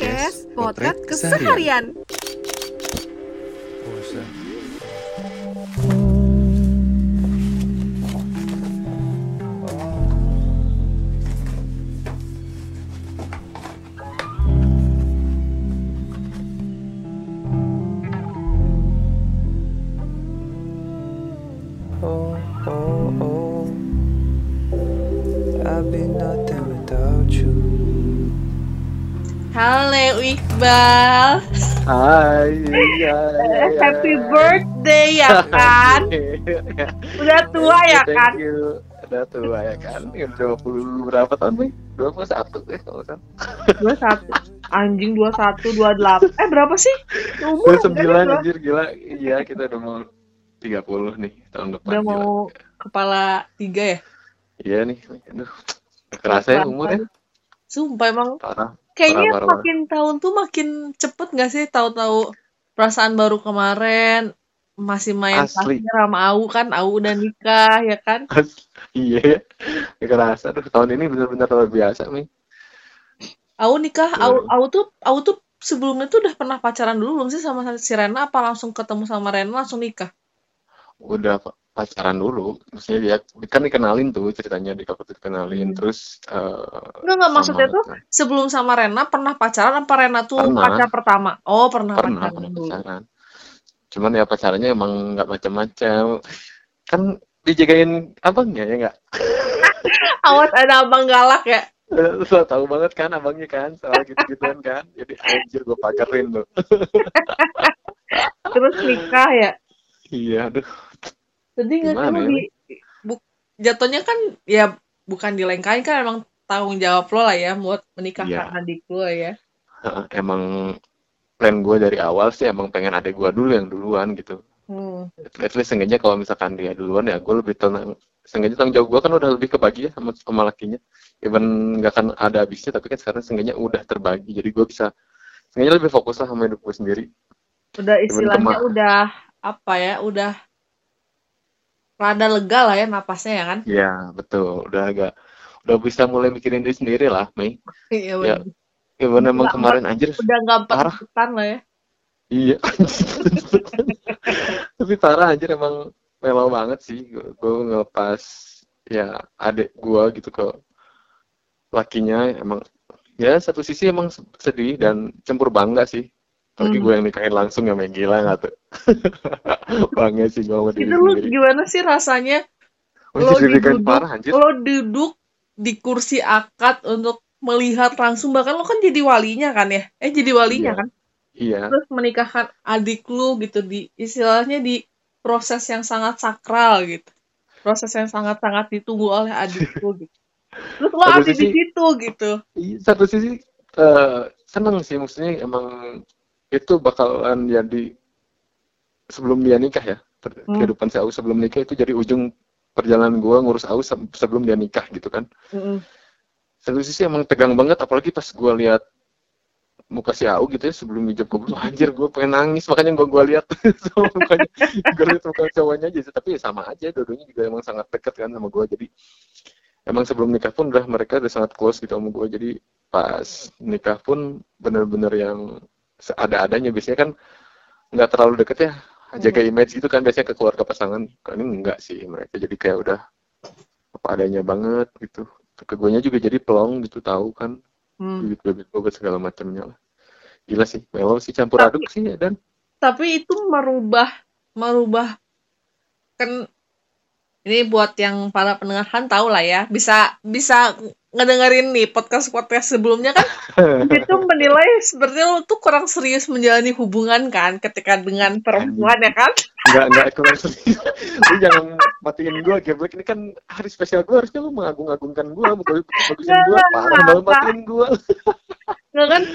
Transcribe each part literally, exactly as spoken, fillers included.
Podcast Potret Keseharian. Oh, oh, oh, I'd be nothing without you. Halo Iqbal. Hai, iya, iya, iya. Happy birthday ya kan? Udah tua Thank you, ya thank kan? you. Udah tua ya kan? Ini udah dua puluh berapa tahun, Bang? dua puluh satu deh kalau kan. dua puluh satu. Anjing dua puluh satu, dua puluh delapan. Eh berapa sih? Umur dua puluh sembilan udah, anjir gila. Iya, kita udah mau tiga puluh nih tahun depan. udah gila. mau kepala tiga ya? Iya nih. Aduh. Kerasa ya umurnya. Sumpah emang Parah. kayaknya Parah, parah, makin tahun tuh makin cepet gak sih? Tahu-tahu perasaan baru kemarin masih main Asli. pasir sama Au kan, Au udah nikah ya kan? As- Iya. Gak kerasa. Aduh, tahun ini benar-benar luar biasa nih. Au nikah, Gimana? Au, Au tuh, Au tuh sebelumnya tuh udah pernah pacaran dulu belum sih sama si Rena? Apa langsung ketemu sama Rena langsung nikah? Udah pa- pacaran dulu, maksudnya dia kan dikenalin tuh ceritanya di waktu itu dikenalin Hmm. terus eh, Enggak, enggak, sama maksudnya tuh sebelum sama Rena pernah pacaran apa Rena tuh Pernah. pacar pertama? Oh, pernah, pernah pacaran pernah dulu. pacaran, cuman ya pacarannya emang nggak macam-macam, kan dijagain abangnya ya nggak. Awas ada abang galak ya. Lo tahu banget kan abangnya kan soal gitu-gituan kan, jadi anjir gue pagerin lo. Terus nikah ya. Iya, aduh. Jadi nggak Gimana cuma ya, di bu- jatuhnya kan ya bukan dilengkahin kan emang tanggung jawab lo lah ya buat menikahkan Iya. adik lo ya. Heeh, emang plan gue dari awal sih emang pengen adik gue dulu yang duluan gitu. Hmm. At least seenggaknya kalau misalkan dia duluan ya gue lebih tenang. Seenggaknya tanggung jawab gue kan udah lebih kebagi ya sama, sama lakinya. Even nggak akan ada habisnya, tapi kan sekarang seenggaknya udah terbagi. Jadi gue bisa seenggaknya lebih fokus lah sama hidup gue sendiri. Udah istilahnya kema- udah apa ya? Udah rada lega lah ya napasnya ya kan? Ya betul, udah agak udah bisa mulai mikirin diri sendiri lah, Mei. Iya. Ya, bener. even emang Nggak- kemarin anjir. Udah nggak Parah. empat lah ya. Iya. Tapi parah anjir emang melo banget sih. Gue ngelepas ya adik gue gitu ke lakinya, emang ya satu sisi emang sedih dan campur bangga sih. Apalagi Hmm. gue yang nikahin langsung ya, main gila nggak tuh. Bangga sih gue sama diri Itu lu sendiri. gimana sih rasanya? Anjir, Lo dinikahin duduk, parah anjir. lo duduk di kursi akad untuk melihat langsung, bahkan lo kan jadi walinya kan ya? Eh jadi walinya Iya. kan? Iya. Terus menikahkan adik lu gitu di istilahnya di proses yang sangat sakral gitu. Proses yang sangat-sangat ditunggu oleh adik lu gitu. Terus lo Satu ada di sisi- situ gitu. Iya, satu sisi eh, seneng sih, maksudnya emang itu bakalan jadi sebelum dia nikah ya, per- Hmm. kehidupan si Aus sebelum nikah itu jadi ujung perjalanan gue ngurus Aus se- sebelum dia nikah gitu kan. Mm-mm. Satu sisi emang tegang banget, apalagi pas gue lihat muka si Au gitu ya sebelum hijab gue, anjir gue pengen nangis, makanya gue gue lihat sama mukanya, gue lihat muka cowoknya aja sih. Tapi ya sama aja, dua-duanya juga emang sangat dekat kan sama gue, jadi emang sebelum nikah pun udah mereka udah sangat close gitu sama gue. Jadi pas nikah pun bener-bener yang ada-adanya. Biasanya kan nggak terlalu deket ya, jaga image gitu kan biasanya ke keluarga pasangan. Kali ini enggak sih, mereka jadi kayak udah apa adanya banget gitu. Ke guanya juga jadi pelong gitu, tahu kan Hmm. bibit-bibit gue segala macamnya lah. Gila sih, melo sih, campur Tapi- aduk sih ya, dan Tapi itu merubah merubah kan ini buat yang para pendengar kan tahu lah ya, bisa bisa ngedengerin nih podcast-podcast sebelumnya kan itu menilai sepertinya lo tuh kurang serius menjalani hubungan kan ketika dengan perempuan ya kan? nggak nggak kurang serius. Lu jangan matiin gue, geblek, ini kan hari spesial gue, harusnya lu mengagung-agungkan gue, bagusin gue, Nggak, parah nggak, malah matiin gue. Nggak kan?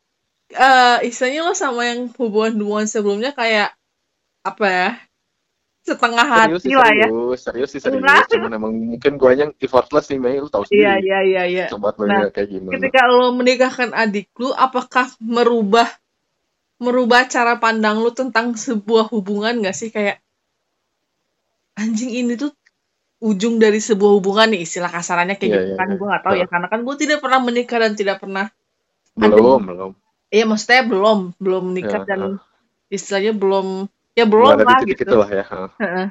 Eh istilahnya lo sama yang hubungan-hubungan sebelumnya kayak apa ya? Setengah Serius hati sih, lah ya. serius, serius sih, serius. Enggak. Cuman emang mungkin gue yang effortless nih, Mei, lu tahu Iya, sendiri. iya, iya, iya. Coba lu Nah, lihat kayak gimana. ketika lo menikahkan adik lu, apakah merubah merubah cara pandang lu tentang sebuah hubungan nggak sih? Kayak anjing ini tuh ujung dari sebuah hubungan nih, istilah kasarannya kayak Iya, gitu iya, kan. iya. Gue nggak tahu ya, karena kan gue tidak pernah menikah dan tidak pernah Belum, belum. Iya maksudnya belum belum nikah Ya, dan ah, istilahnya belum ya belum belum ada di lah titik gitu. itulah ya. ah. Heeh.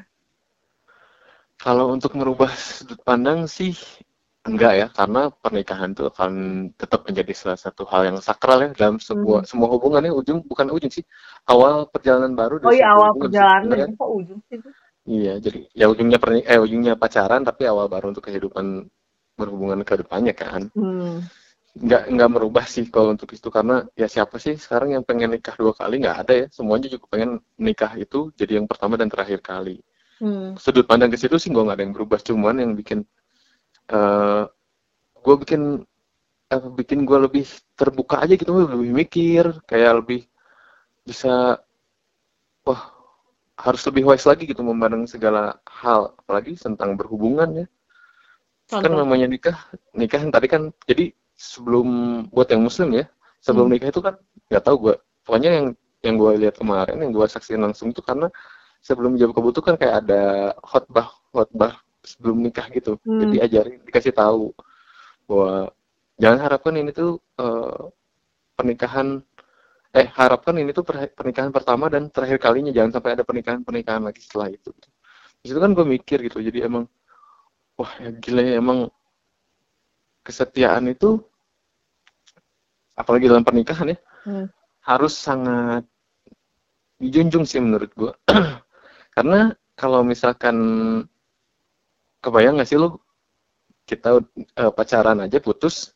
Kalau untuk merubah sudut pandang sih enggak ya, karena pernikahan itu akan tetap menjadi salah satu hal yang sakral ya dalam Hmm. sebuah semua hubungan ya, ujung bukan ujung sih, awal perjalanan baru Oh dari iya sebuah awal hubungan sih, bener perjalanan kan? kok ujung sih itu. Iya, jadi ya ujungnya perni eh ujungnya pacaran tapi awal baru untuk kehidupan berhubungan ke depannya kan. Hmm. Nggak nggak merubah sih kalau untuk itu, karena ya siapa sih sekarang yang pengen nikah dua kali, nggak ada ya, semuanya juga pengen nikah itu jadi yang pertama dan terakhir kali. Hmm. Sudut pandang ke situ sih gue nggak ada yang berubah, cuman yang bikin eh gue bikin eh, bikin gue lebih terbuka aja gitu, lebih mikir, kayak lebih bisa, wah harus lebih wise lagi gitu memandang segala hal, apalagi tentang berhubungan ya. Kan Contoh. namanya nikah, nikah yang tadi kan, jadi sebelum, buat yang muslim ya, sebelum Hmm. nikah itu kan nggak tahu gue, pokoknya yang yang gue lihat kemarin, yang gue saksikan langsung itu, karena sebelum jam kabut tuh kan kayak ada khotbah khotbah sebelum nikah gitu, Hmm. jadi ajarin, dikasih tahu bahwa jangan harapkan ini tuh eh, pernikahan eh harapkan ini tuh per- pernikahan pertama dan terakhir kalinya, jangan sampai ada pernikahan-pernikahan lagi setelah itu. Di situ kan gue mikir gitu, jadi emang wah ya gila ya, emang kesetiaan itu apalagi dalam pernikahan ya Hmm. harus sangat dijunjung sih menurut gue. Karena kalau misalkan, kebayang nggak sih lo, kita eh, pacaran aja putus,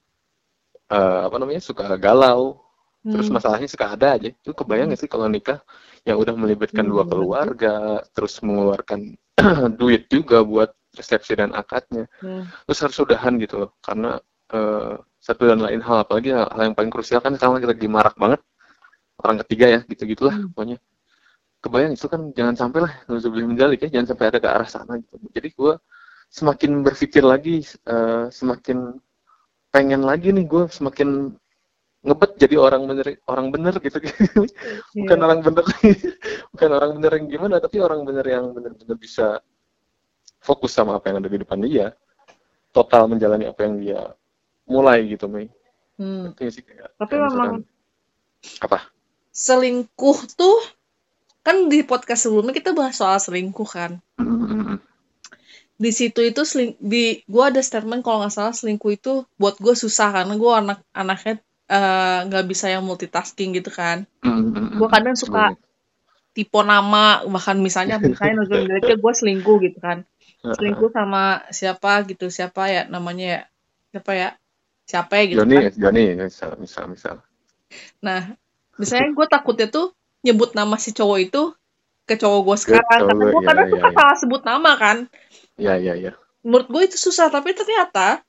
eh, apa namanya, suka galau, terus Hmm. masalahnya suka ada aja, itu kebayang Hmm. nggak sih kalau nikah yang udah melibatkan Hmm, dua bener sih. keluarga, terus mengeluarkan duit juga buat resepsi dan akadnya, Hmm. terus harus udahan gitu loh, karena eh, satu dan lain hal, apalagi hal, hal yang paling krusial kan sekarang lagi marak banget orang ketiga ya, gitu-gitulah Hmm. pokoknya. Kebayang itu kan, jangan sampai lah, nauzubillah min dzalik ya, jangan sampai ada ke arah sana gitu. Jadi gue semakin berpikir lagi, eh, semakin pengen lagi nih, gue semakin ngebet jadi orang bener, orang bener gitu. Bukan Iya. orang bener bukan orang bener yang gimana, tapi orang bener yang bener-bener bisa fokus sama apa yang ada di depan dia, total menjalani apa yang dia mulai gitu, Mei. Hmm. Itu sih kayak, Tapi kayak memang misalkan apa? selingkuh tuh kan di podcast sebelumnya kita bahas soal selingkuh kan. Mm-mm. Di situ itu seling, di gua ada statement kalau nggak salah selingkuh itu buat gue susah karena gue anak anaknya eh, nggak bisa yang multitasking gitu kan. Mm-mm. Gue kadang suka Sebenarnya. tipe nama, bahkan misalnya misalnya nonton miliknya gue selingkuh gitu kan, selingkuh sama siapa gitu, siapa ya namanya ya, siapa ya siapa ya gitu Joni, kan. Joni, misal, misal, misal. Nah misalnya gue takutnya tuh nyebut nama si cowok itu ke cowok gue Ke sekarang karena cowok, gue ya, kadang ya, suka ya, salah sebut nama kan. ya, ya, ya. Menurut gue itu susah, tapi ternyata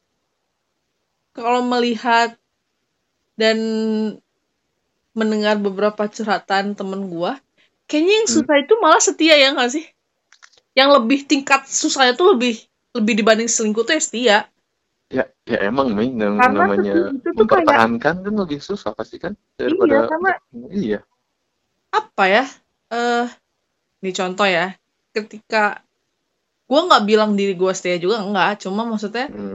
kalau melihat dan mendengar beberapa curhatan temen gue, kayaknya yang Hmm. susah itu malah setia ya nggak sih? Yang lebih tingkat susahnya tuh lebih lebih dibanding selingkuh tuh ya setia. Ya, ya emang, Mei, yang Karena namanya setia itu tuh kayak mempertahankan kan lebih susah pasti kan iya, daripada karena iya. apa ya? Eh, nih contoh ya, ketika gue nggak bilang diri gue setia juga enggak, cuma maksudnya Hmm.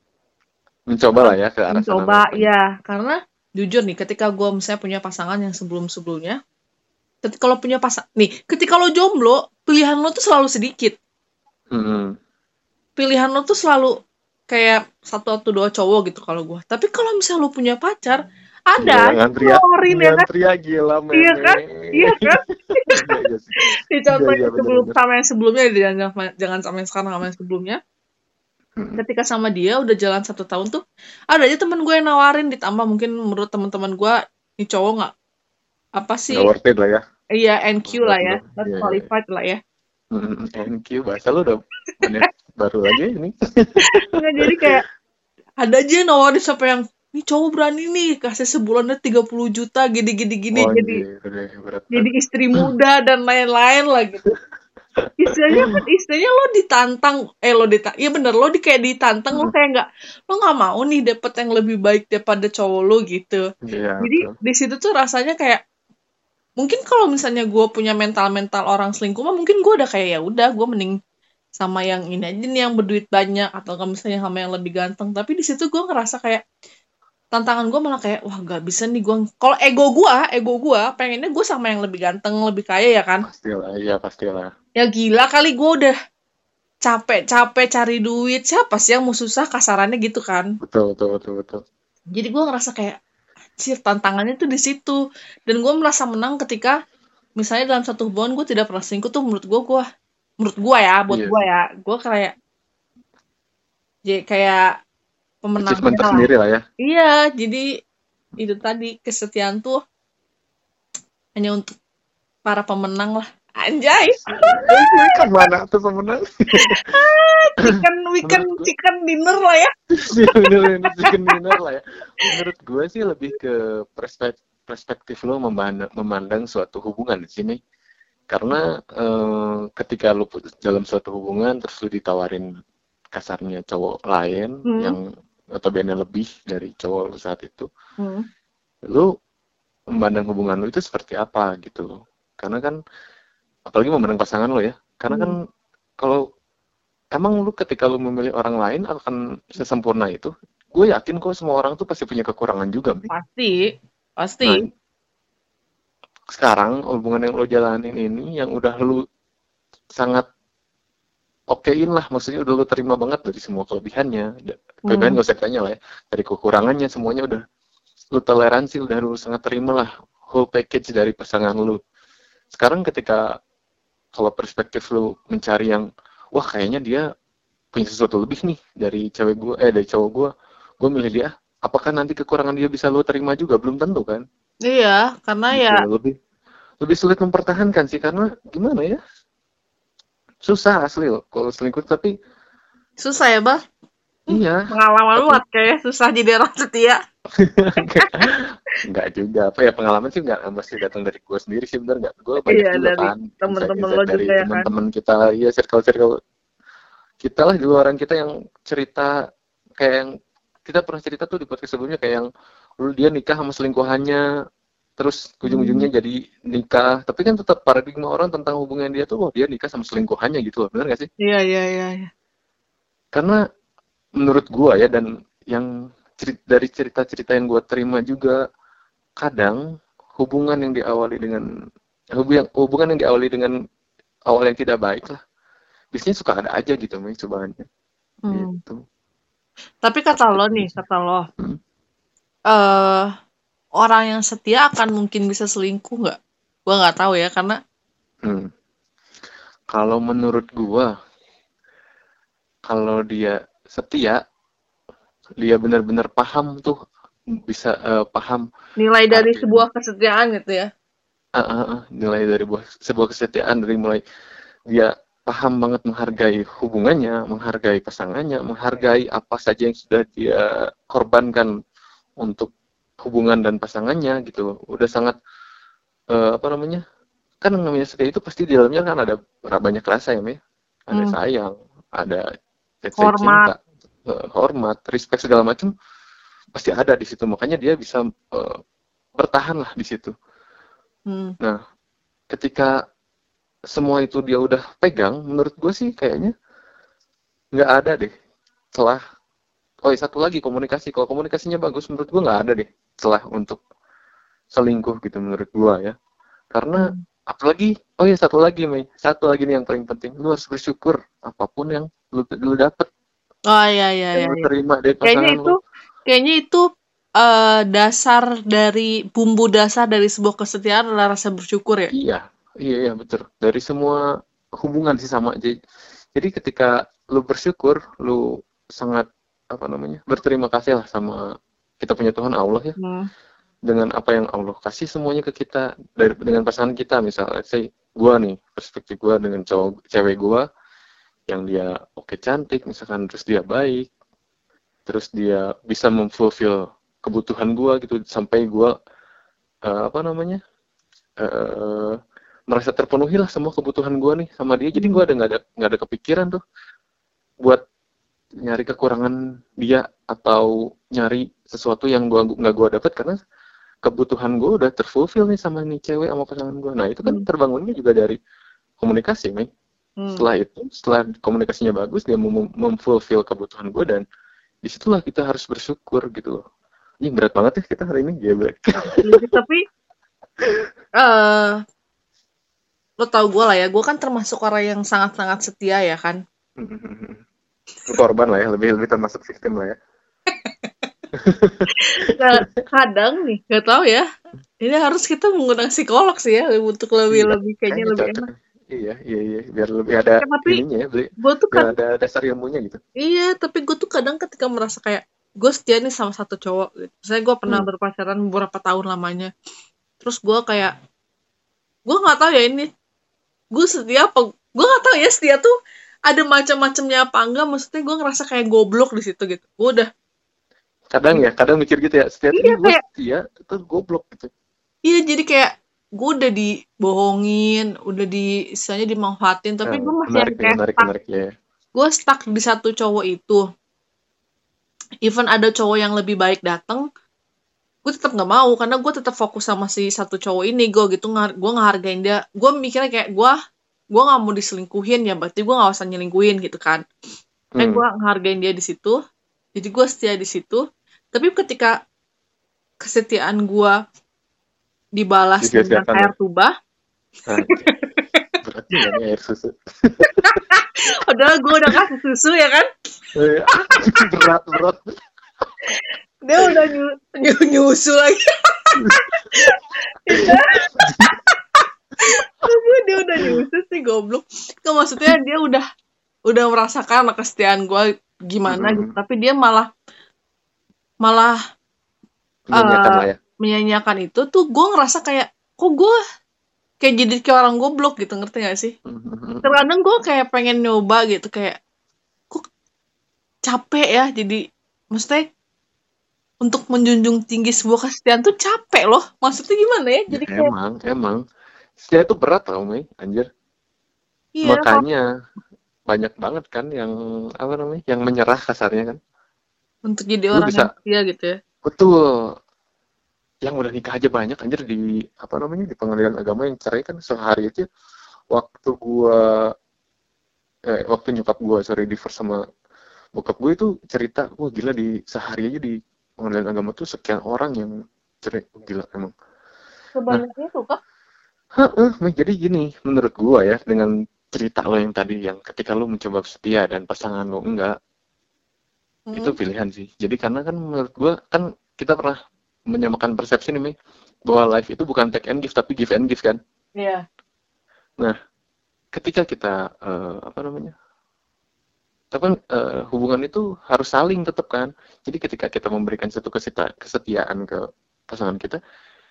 Mencoba lah ya ke arah sana mencoba pokoknya. ya, karena jujur nih ketika gue misalnya punya pasangan yang sebelum-sebelumnya, ketika lo punya pasang nih, ketika lo jomblo, pilihan lo tuh selalu sedikit. Hmm. Pilihan lo tuh selalu kayak satu atau dua cowok gitu kalau gue. Tapi kalau misalnya lo punya pacar, ada Gila, aja ngantri ya, ngeluarin ya kan? ngantri ya, gila, Iya meme. kan? Iya kan? Iya, iya sih. Di Iya, contoh iya, yang sebelum bener-bener. sama yang sebelumnya, jangan jangan sama yang sekarang, sama yang sebelumnya. Hmm. Ketika sama dia udah jalan satu tahun tuh, ada aja temen gue yang nawarin, ditambah mungkin menurut teman-teman gue, ini cowok nggak apa Nggak sih? worth it lah ya. Iya N Q lah Buat ya, lo. not Iya, iya, iya. qualified lah ya. Hmm, thank you. Bahasa lu udah banyak baru lagi ini. Nggak, jadi kayak ada aja yang nawarin siapa yang ini cowok berani nih kasih sebulannya tiga puluh juta gini gini gini, Oh, jadi anjir, udah berat. jadi istri muda dan lain-lain lah gitu. Istilahnya kan istilahnya lo ditantang, eh lo ditantang, iya bener lo di kayak ditantang, lo kayak nggak, lo nggak mau nih dapet yang lebih baik daripada cowok lo gitu. Iya, Jadi betul. di situ tuh rasanya kayak mungkin kalau misalnya gue punya mental-mental orang selingkuh mah mungkin gue udah kayak ya udah gue mending sama yang ini aja nih yang berduit banyak, atau kalau misalnya sama yang lebih ganteng. Tapi di situ gue ngerasa kayak tantangan gue malah kayak wah gak bisa nih gue. Kalau ego gue, ego gue pengennya gue sama yang lebih ganteng, lebih kaya ya kan. Pastilah, iya pastilah. Ya gila kali gue udah capek-capek cari duit, siapa sih yang mau susah, kasarannya gitu kan. Betul, betul, betul, betul. Jadi gue ngerasa kayak anjir, tantangannya tuh di situ. Dan gue merasa menang ketika misalnya dalam satu hubungan gue tidak pernah selingkuh tuh menurut gue gue menurut gue ya, buat Iya. gue ya, gue kayak jadi kayak pemenangnya Achievement lah. tersendiri lah ya. Iya, jadi itu tadi kesetiaan tuh hanya untuk para pemenang lah. Anjay, Kemana tuh pemenang? chicken weekend Menurut gue- chicken dinner lah ya. bener bener chicken dinner lah ya. Menurut gue sih lebih ke perspektif perspektif lo memandang, memandang suatu hubungan di sini. Karena eh, ketika lo putus dalam suatu hubungan terus lo ditawarin kasarnya cowok lain Hmm. yang notabene lebih dari cowok lo saat itu, Hmm. lo memandang hubungan lo itu seperti apa gitu loh. Karena kan apalagi memandang pasangan lo ya. Karena kan kalau emang lu ketika lu memilih orang lain akan sesempurna itu, gue yakin kok semua orang tuh pasti punya kekurangan juga, Mi. Pasti, pasti. Nah, sekarang hubungan yang lo jalanin ini yang udah lu sangat okein lah, maksudnya udah lu terima banget dari semua kelebihannya. Kelebihan gak usah ditanya lah ya, dari kekurangannya semuanya udah lu toleransi, udah lu sangat terima lah whole package dari pasangan lu. Sekarang ketika kalau perspektif lu mencari yang wah kayaknya dia punya sesuatu lebih nih dari cewek gue, eh dari cowok gue, gue milih dia. Apakah nanti kekurangan dia bisa lo terima juga? Belum tentu kan? Iya, karena Gitu, ya lebih lebih sulit mempertahankan sih karena gimana ya? Susah asli loh kalau selingkuh, tapi susah ya, Bang. iya. Pengalaman lu Tapi- kayak susah jadi orang setia. Enggak juga, apa ya, pengalaman sih enggak mesti datang dari gue sendiri sih, bener nggak? Gue banyak Iya, juga dari kan, temen-temen insight-insight lo dari juga ya kan? teman-teman kita, iya circle-circle kita lah, juga orang kita yang cerita kayak yang kita pernah cerita tuh di podcast sebelumnya, kayak yang lu dia nikah sama selingkuhannya, terus ujung-ujungnya Hmm. jadi nikah, tapi kan tetap paradigma orang tentang hubungan dia tuh, oh dia nikah sama selingkuhannya gitu loh, bener gak sih? Iya, iya, iya, iya. Karena menurut gua ya, dan yang ceri- dari cerita-cerita yang gua terima juga, kadang hubungan yang diawali dengan hubungan hubungan yang diawali dengan awal yang tidak baik lah, biasanya suka ada aja gitu nih cobaannya. Hmm. Gitu. Tapi kata lo nih, kata lo, Hmm. eh orang yang setia akan mungkin bisa selingkuh nggak? Gua nggak tahu ya, karena Hmm. Kalau menurut gua, kalau dia setia, dia benar-benar paham tuh, bisa eh, paham nilai dari Artinya. sebuah kesetiaan gitu ya. ah, ah, ah, nilai dari buah, sebuah kesetiaan, dari mulai dia paham banget menghargai hubungannya, menghargai pasangannya, menghargai apa saja yang sudah dia korbankan untuk hubungan dan pasangannya gitu. Udah sangat eh, apa namanya? Kan namanya setia itu pasti di dalamnya kan ada banyak rasa ya, Mi. Ada Hmm. sayang, ada let's say Hormat. cinta, eh, hormat, respect segala macam pasti ada di situ. Makanya dia bisa eh, bertahan lah di situ. Hmm. Nah, ketika semua itu dia udah pegang, menurut gue sih kayaknya nggak ada deh celah. Oh, ya, satu lagi komunikasi. Kalau komunikasinya bagus, menurut gue nggak ada deh celah untuk selingkuh gitu menurut gue ya. Karena Hmm. apalagi, oh ya satu lagi, Mei, satu lagi nih yang paling penting, lu harus bersyukur apapun yang lu lu dapet, Oh iya, iya, iya. yang lu iya. terima dari Kayaknya pasangan itu, lu. kayaknya itu eh, dasar dari bumbu dasar dari sebuah kesetiaan adalah rasa bersyukur ya. Iya, iya, iya betul. Dari semua hubungan sih sama. Jadi, jadi ketika lu bersyukur, lu sangat apa namanya berterima kasih lah sama kita punya Tuhan Allah ya, Hmm. dengan apa yang Allah kasih semuanya ke kita dari dengan pasangan kita. Misalnya saya gua nih, perspektif gua dengan cowok cewek gua yang dia oke cantik misalkan, terus dia baik, terus dia bisa memfulfill kebutuhan gua gitu, sampai gua eh, apa namanya eh, merasa terpenuhi lah semua kebutuhan gua nih sama dia. Jadi gua ada nggak ada nggak ada kepikiran tuh buat nyari kekurangan dia atau nyari sesuatu yang gua nggak gua dapet, karena kebutuhan gue udah terfulfill nih sama nih cewek, sama pasangan gue. Nah itu kan Hmm. terbangunnya juga dari komunikasi, Mei. Hmm. Setelah itu, setelah komunikasinya bagus, dia mem- memfulfill kebutuhan gue, dan disitulah kita harus bersyukur gitu loh. Ini berat banget ya kita hari ini, geblek. Tapi eh lo tau gue lah ya, gue kan termasuk orang yang sangat-sangat setia ya kan. Lu korban lah ya, lebih lebih termasuk victim lah ya. Nah, kadang nih, gak tau ya, ini harus kita menggunakan psikolog sih ya untuk lebih Iya, lebih kayaknya lebih cocok. enak. Iya, iya, iya, biar lebih ada Ya, tapi ininya ya, beli- gue tuh biar kan, ada dasar ilmunya gitu. iya, tapi gue tuh kadang ketika merasa kayak gue setia nih sama satu cowok, gitu. Misalnya gue pernah Hmm. berpacaran beberapa tahun lamanya, terus gue kayak, gue nggak tahu ya ini, gue setia apa, gue nggak tahu ya setia tuh ada macam-macamnya apa enggak, maksudnya gue ngerasa kayak goblok di situ gitu, gue udah, Kadang ya, kadang mikir gitu ya, setia tuh iya gue kayak, setia, itu goblok gitu. iya jadi kayak gue udah dibohongin, udah di, istilahnya dimanfaatin, tapi Nah, gue masih menarik yang nih, kayak menarik, stuck, menarik ya. gue stuck di satu cowok itu, even ada cowok yang lebih baik datang, gue tetap nggak mau karena gue tetap fokus sama si satu cowok ini, gue gitu nggak, gue ngehargain dia, gue mikirnya kayak gue gue nggak mau diselingkuhin ya, berarti gue nggak usah nyelingkuhin gitu kan, kayak Hmm. gue ngehargain dia di situ, jadi gue setia di situ, tapi ketika kesetiaan gue dibalas dengan Disia-siakan air ya. tuba, Nah, berat juga nih air susu. padahal gue udah kasih susu ya kan, Eh, berat, berat. dia udah nyu- nyu- nyusu lagi, Aduh, dia udah nyusu sih goblok, kan maksudnya dia udah udah merasakan kesetiaan gue gimana gitu, Mm-mm. tapi dia malah malah Menyanyiakan lah ya. menyanyiakan itu tuh, gue ngerasa kayak kok gue kayak jadi kayak orang goblok gitu, ngerti gak sih? Mhm. Terkadang gue kayak pengen nyoba gitu, kayak kok capek ya, jadi maksudnya untuk menjunjung tinggi sebuah kesetiaan tuh capek loh, maksudnya gimana ya, Ya, jadi kayak emang, emang. Setia itu berat tau, Mei, anjir. iya kalau Makanya banyak banget kan yang apa namanya, yang menyerah kasarnya kan. untuk jadi Lu orang yang bisa, setia gitu ya. betul. Yang udah nikah aja banyak anjir di apa namanya, di pengadilan agama yang cerai kan sehari aja. Waktu gua eh, waktu nyokap gua sorry divorce sama bokap gue itu cerita, wah gila di sehari aja di pengadilan agama tuh sekian orang yang cerai. Oh, gila emang. Sebanyak itu kah? Heeh, Mei, jadi gini, menurut gua ya, dengan cerita lo yang tadi, yang ketika lo mencoba setia dan pasangan lo enggak, Hmm. itu pilihan sih. Jadi karena kan menurut gua, kan kita pernah menyamakan persepsi nih, Mei, bahwa life itu bukan take and give, tapi give and give kan. Iya. Nah, ketika kita, eh, apa namanya, tapi kan eh, hubungan itu harus saling tetap kan. Jadi ketika kita memberikan satu keseta- kesetiaan ke pasangan kita,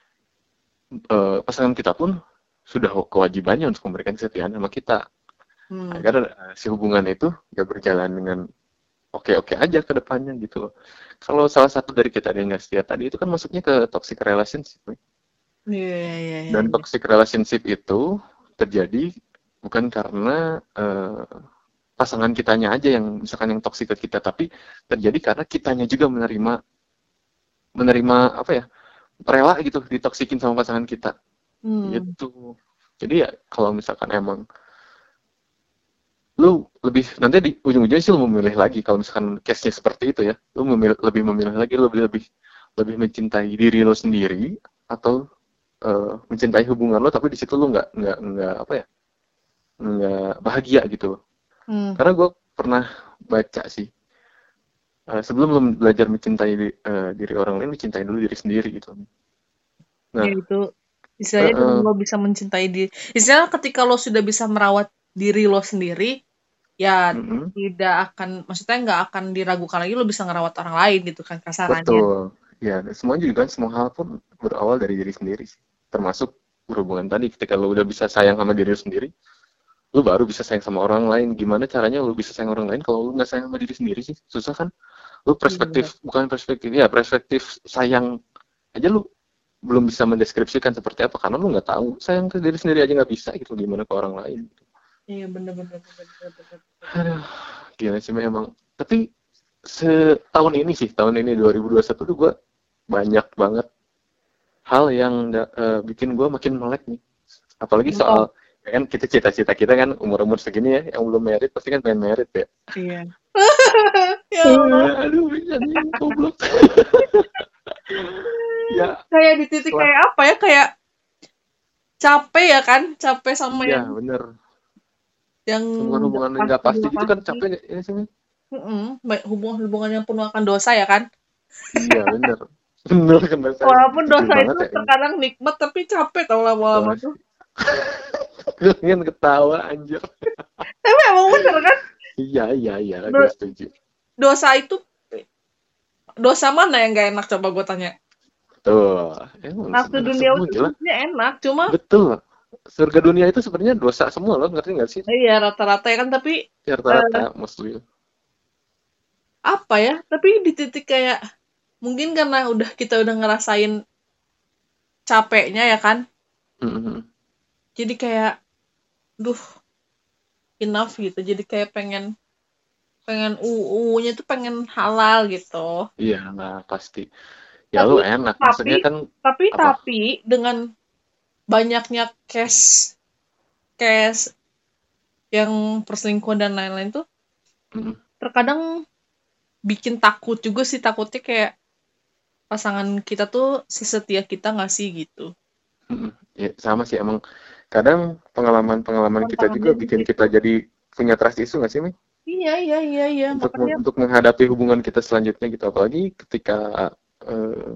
eh, pasangan kita pun sudah kewajibannya untuk memberikan kesetiaan sama kita. Hmm. Agar uh, si hubungan itu ya berjalan dengan oke-oke aja ke depannya gitu loh. Kalau salah satu dari kita yang nggak setia tadi, itu kan masuknya ke toxic relationship. Nih. Iya, iya, iya, iya. Dan toxic relationship itu terjadi bukan karena uh, pasangan kitanya aja yang misalkan yang toksik ke kita, tapi terjadi karena kitanya juga menerima menerima apa ya, rela gitu ditoksikin sama pasangan kita. Hmm. Gitu. Jadi ya kalau misalkan emang lu lebih, nanti di ujung-ujungnya sih lu memilih lagi kalau misalkan case-nya seperti itu ya, lu memilih, lebih memilih lagi, lu lebih lebih lebih mencintai diri lo sendiri atau uh, mencintai hubungan lo tapi di situ lu nggak nggak nggak apa ya, nggak bahagia gitu. Hmm. Karena gue pernah baca sih, uh, sebelum lu belajar mencintai uh, diri orang lain, lu cintai dulu diri sendiri gitu. Nah, Ya itu istilahnya uh, uh, dengan lo bisa mencintai diri, istilahnya ketika lo sudah bisa merawat diri lo sendiri, ya mm-mm. tidak akan, maksudnya nggak akan diragukan lagi lo bisa ngerawat orang lain gitu kan kasarannya. Betul. Ya, semuanya juga kan, semua hal pun berawal dari diri sendiri sih. Termasuk berhubungan tadi, ketika lo udah bisa sayang sama diri lo sendiri, lo baru bisa sayang sama orang lain. Gimana caranya lo bisa sayang orang lain kalau lo nggak sayang sama diri sendiri sih? Susah kan? Lo perspektif, Iya. bukan perspektif, ya perspektif sayang aja lo belum bisa mendeskripsikan seperti apa, karena lo nggak tahu sayang ke diri sendiri aja nggak bisa gitu, gimana ke orang lain. Iya bener-bener. Aduh, gila sih memang. Tapi setahun ini sih, tahun ini dua ribu dua puluh satu tuh gue banyak banget hal yang uh, bikin gue makin melek nih. Apalagi soal, kan kita cita-cita kita kan umur-umur segini ya, yang belum married pasti kan pengen married ya. Iya. Ya Allah. Aduh, jadi goblok. Ya, Kayak di titik setelah kayak apa ya, kayak capek ya kan, capek sama iya yang bener. yang nggak Hubungan-hubungan yang nggak pasti pasti nggak gitu kan pasti. capek ya sih. Mi? Mm-mm, baik hubungan-hubungan yang penuh akan dosa ya kan. Iya bener. Bener kan saya Walaupun setuju dosa banget itu ya ini. terkadang nikmat tapi capek tau lama-lama Wah, tuh. gue pengen ketawa anjir. Tapi emang bener kan, Iya iya iya gue do- setuju. dosa itu, dosa mana yang gak enak coba gue tanya. Tuh, emang Nafsu sebenarnya dunia semua itu gila. sebenarnya enak, cuma Betul. Surga dunia itu sebenarnya dosa semua loh, ngerti nggak sih? iya rata-rata ya kan, tapi Ya, eh, rata-rata mostly. apa ya, tapi di titik kayak mungkin karena udah kita udah ngerasain capeknya ya kan, Mhm. jadi kayak duh enough gitu, jadi kayak pengen pengen uu-nya tuh pengen halal gitu. Iya, nah pasti. Ya Tapi lu enak, tapi maksudnya kan tapi apa? tapi dengan banyaknya case case yang perselingkuhan dan lain-lain tuh Mhm. terkadang bikin takut juga sih, takutnya kayak pasangan kita tuh si setia kita nggak sih gitu. Mhm. Ya, sama sih emang. Kadang pengalaman-pengalaman kita juga Tantangannya di bikin situ. kita jadi punya trust issue nggak sih, Mi? Iya iya iya iya, Untuk makanya untuk menghadapi hubungan kita selanjutnya gitu, apalagi ketika eh,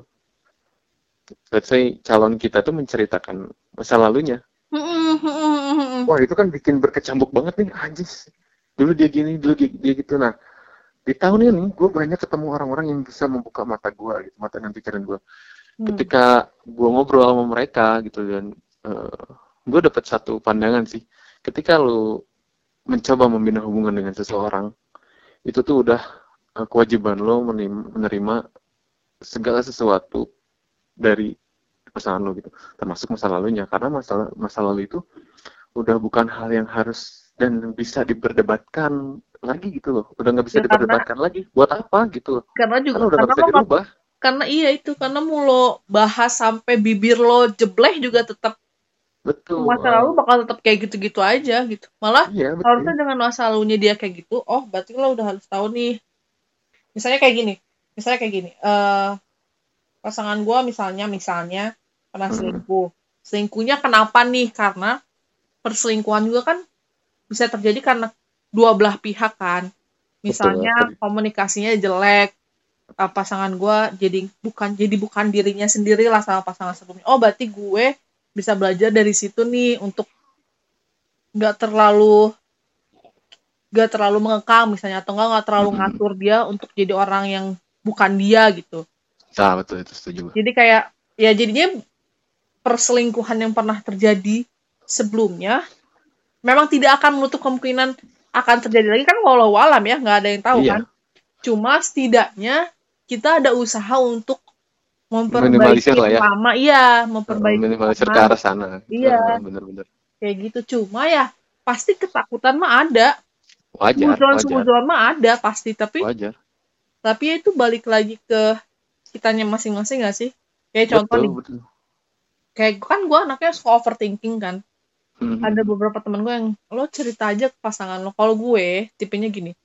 let's say calon kita tuh menceritakan masa lalunya. Mm-mm, mm-mm, mm-mm. Wah, itu kan bikin berkecambuk banget nih, anjis. Dulu dia gini, dulu dia, dia gitu. Nah, di tahun ini gue banyak ketemu orang-orang yang bisa membuka mata gue gitu, mata dan pikiran gue. Hmm. Ketika gue ngobrol sama mereka gitu, dan uh, gue dapat satu pandangan sih. Ketika lu mencoba membina hubungan dengan seseorang, itu tuh udah uh, kewajiban lo menerima, menerima segala sesuatu dari pasangan lo gitu, termasuk masa lalunya, karena masalah masa lalu itu udah bukan hal yang harus dan bisa diperdebatkan lagi gitu loh, udah nggak bisa Ya karena diperdebatkan lagi, buat apa gitu loh, karena juga karena udah nggak karena bisa lo nggak, dirubah. karena iya itu, karena mau lo bahas sampai bibir lo jebleh juga tetap Betul. masa uh, lalu bakal tetap kayak gitu-gitu aja gitu. Malah iya betul. harusnya dengan masa lalunya dia kayak gitu, oh berarti lo udah harus tahu nih. Misalnya kayak gini, misalnya kayak gini, eh pasangan gue misalnya misalnya pernah Mm-mm. selingkuh. Selingkuhnya kenapa nih? Karena perselingkuhan juga kan bisa terjadi karena dua belah pihak kan. Betul. Misalnya Tadi. komunikasinya jelek, uh, pasangan gue jadi bukan jadi bukan dirinya sendiri lah sama pasangan sebelumnya. Oh berarti gue bisa belajar dari situ nih untuk nggak terlalu nggak terlalu mengekang misalnya, atau nggak nggak terlalu Mm-mm. ngatur dia untuk jadi orang yang bukan dia gitu. Nah, betul, itu setuju. Jadi kayak ya jadinya perselingkuhan yang pernah terjadi sebelumnya memang tidak akan menutup kemungkinan akan terjadi lagi kan, walau alam ya, nggak ada yang tahu Iya. kan. Cuma setidaknya kita ada usaha untuk Minimalisir memperbaiki lah ya. lama, iya, Uh, memperbaiki minimalisir ke lama. arah sana. Iya, Uh, bener-bener. kayak gitu. Cuma ya pasti ketakutan mah ada, Wajar, suzon wajar, suzon mah ada pasti. Tapi wajar. tapi ya itu balik lagi ke kitanya masing-masing nggak sih? Kayak contoh Betul, nih, betul. kayak kan gue anaknya suka overthinking kan. Mhm. Ada beberapa temen gue yang lo cerita aja ke pasangan lo. Kalau gue tipenya gini,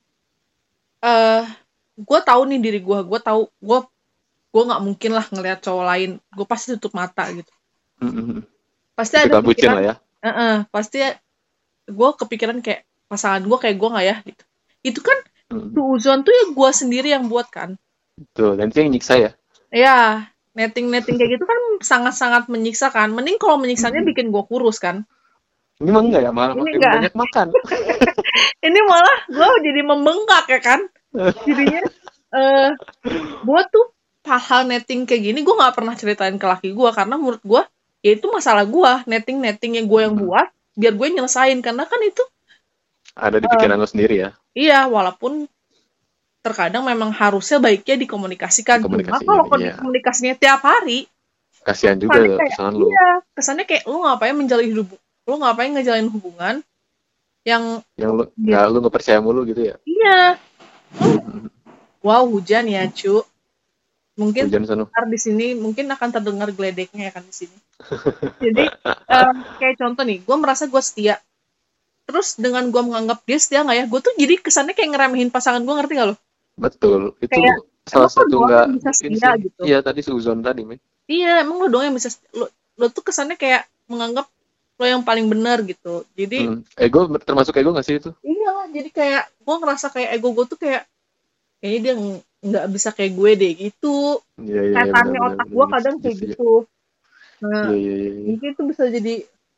eh gue tahu nih diri gue, gue tahu gue gue nggak mungkin lah ngelihat cowok lain, gue pasti tutup mata gitu. Mhm. Pasti ada Tipikal bucin pikiran, lah ya. uh-uh, pasti gue kepikiran kayak pasangan gue kayak gue nggak ya gitu. Itu kan Mhm. suuzon tuh ya gue sendiri yang buat kan. Betul, dan itu yang nyiksa ya. Ya netting-netting kayak gitu kan sangat-sangat menyiksa kan. Mending kalau menyiksanya Mhm. bikin gue kurus kan. Ini mah enggak ya, malah Ini makin enggak. banyak makan. Ini malah gue jadi membengkak ya kan. Jadinya eh gue tuh hal netting kayak gini gue nggak pernah ceritain ke laki gue, karena menurut gue ya itu masalah gue, netting netting yang gue yang Mhm. buat biar gue nyelesain, karena kan itu Ada di eh, pikiran lo sendiri ya. iya, walaupun terkadang memang harusnya baiknya dikomunikasikan. Cuma Dikomunikasiin, kalau iya. komunikasinya tiap hari Kasihan juga kesannya kayak pasangan lo. iya, kesannya kayak lu ngapain menjalin hubungan, lu ngapain ngejalin hubungan yang Yang lo dia, nggak lo nggak percaya mulu gitu ya. iya. Mhm. Wow, hujan ya cu, mungkin Hujan sana. ntar di sini mungkin akan terdengar geledeknya ya kan di sini. Jadi em, kayak contoh nih, gue merasa gue setia, terus dengan gue menganggap dia setia nggak ya, gue tuh jadi kesannya kayak ngeremehin pasangan gue, ngerti nggak lo? Betul, itu Kayak salah emang lo satu doang nggak yang bisa mungkin setia sih. gitu. Iya tadi suzon tadi, Mei. Iya, emang lo doang yang bisa lo, lo tuh kesannya kayak menganggap lo yang paling benar gitu. Jadi Hmm. Ego termasuk ego nggak sih itu? iya, jadi kayak gue ngerasa kayak ego gue tuh kayak kayaknya dia ng- nggak bisa kayak gue deh gitu. Iya iya iya benar Setannya benar otak benar gue benar. kadang Setuju kayak setuju. gitu. Nah, Iya iya iya. Iya. mungkin itu bisa jadi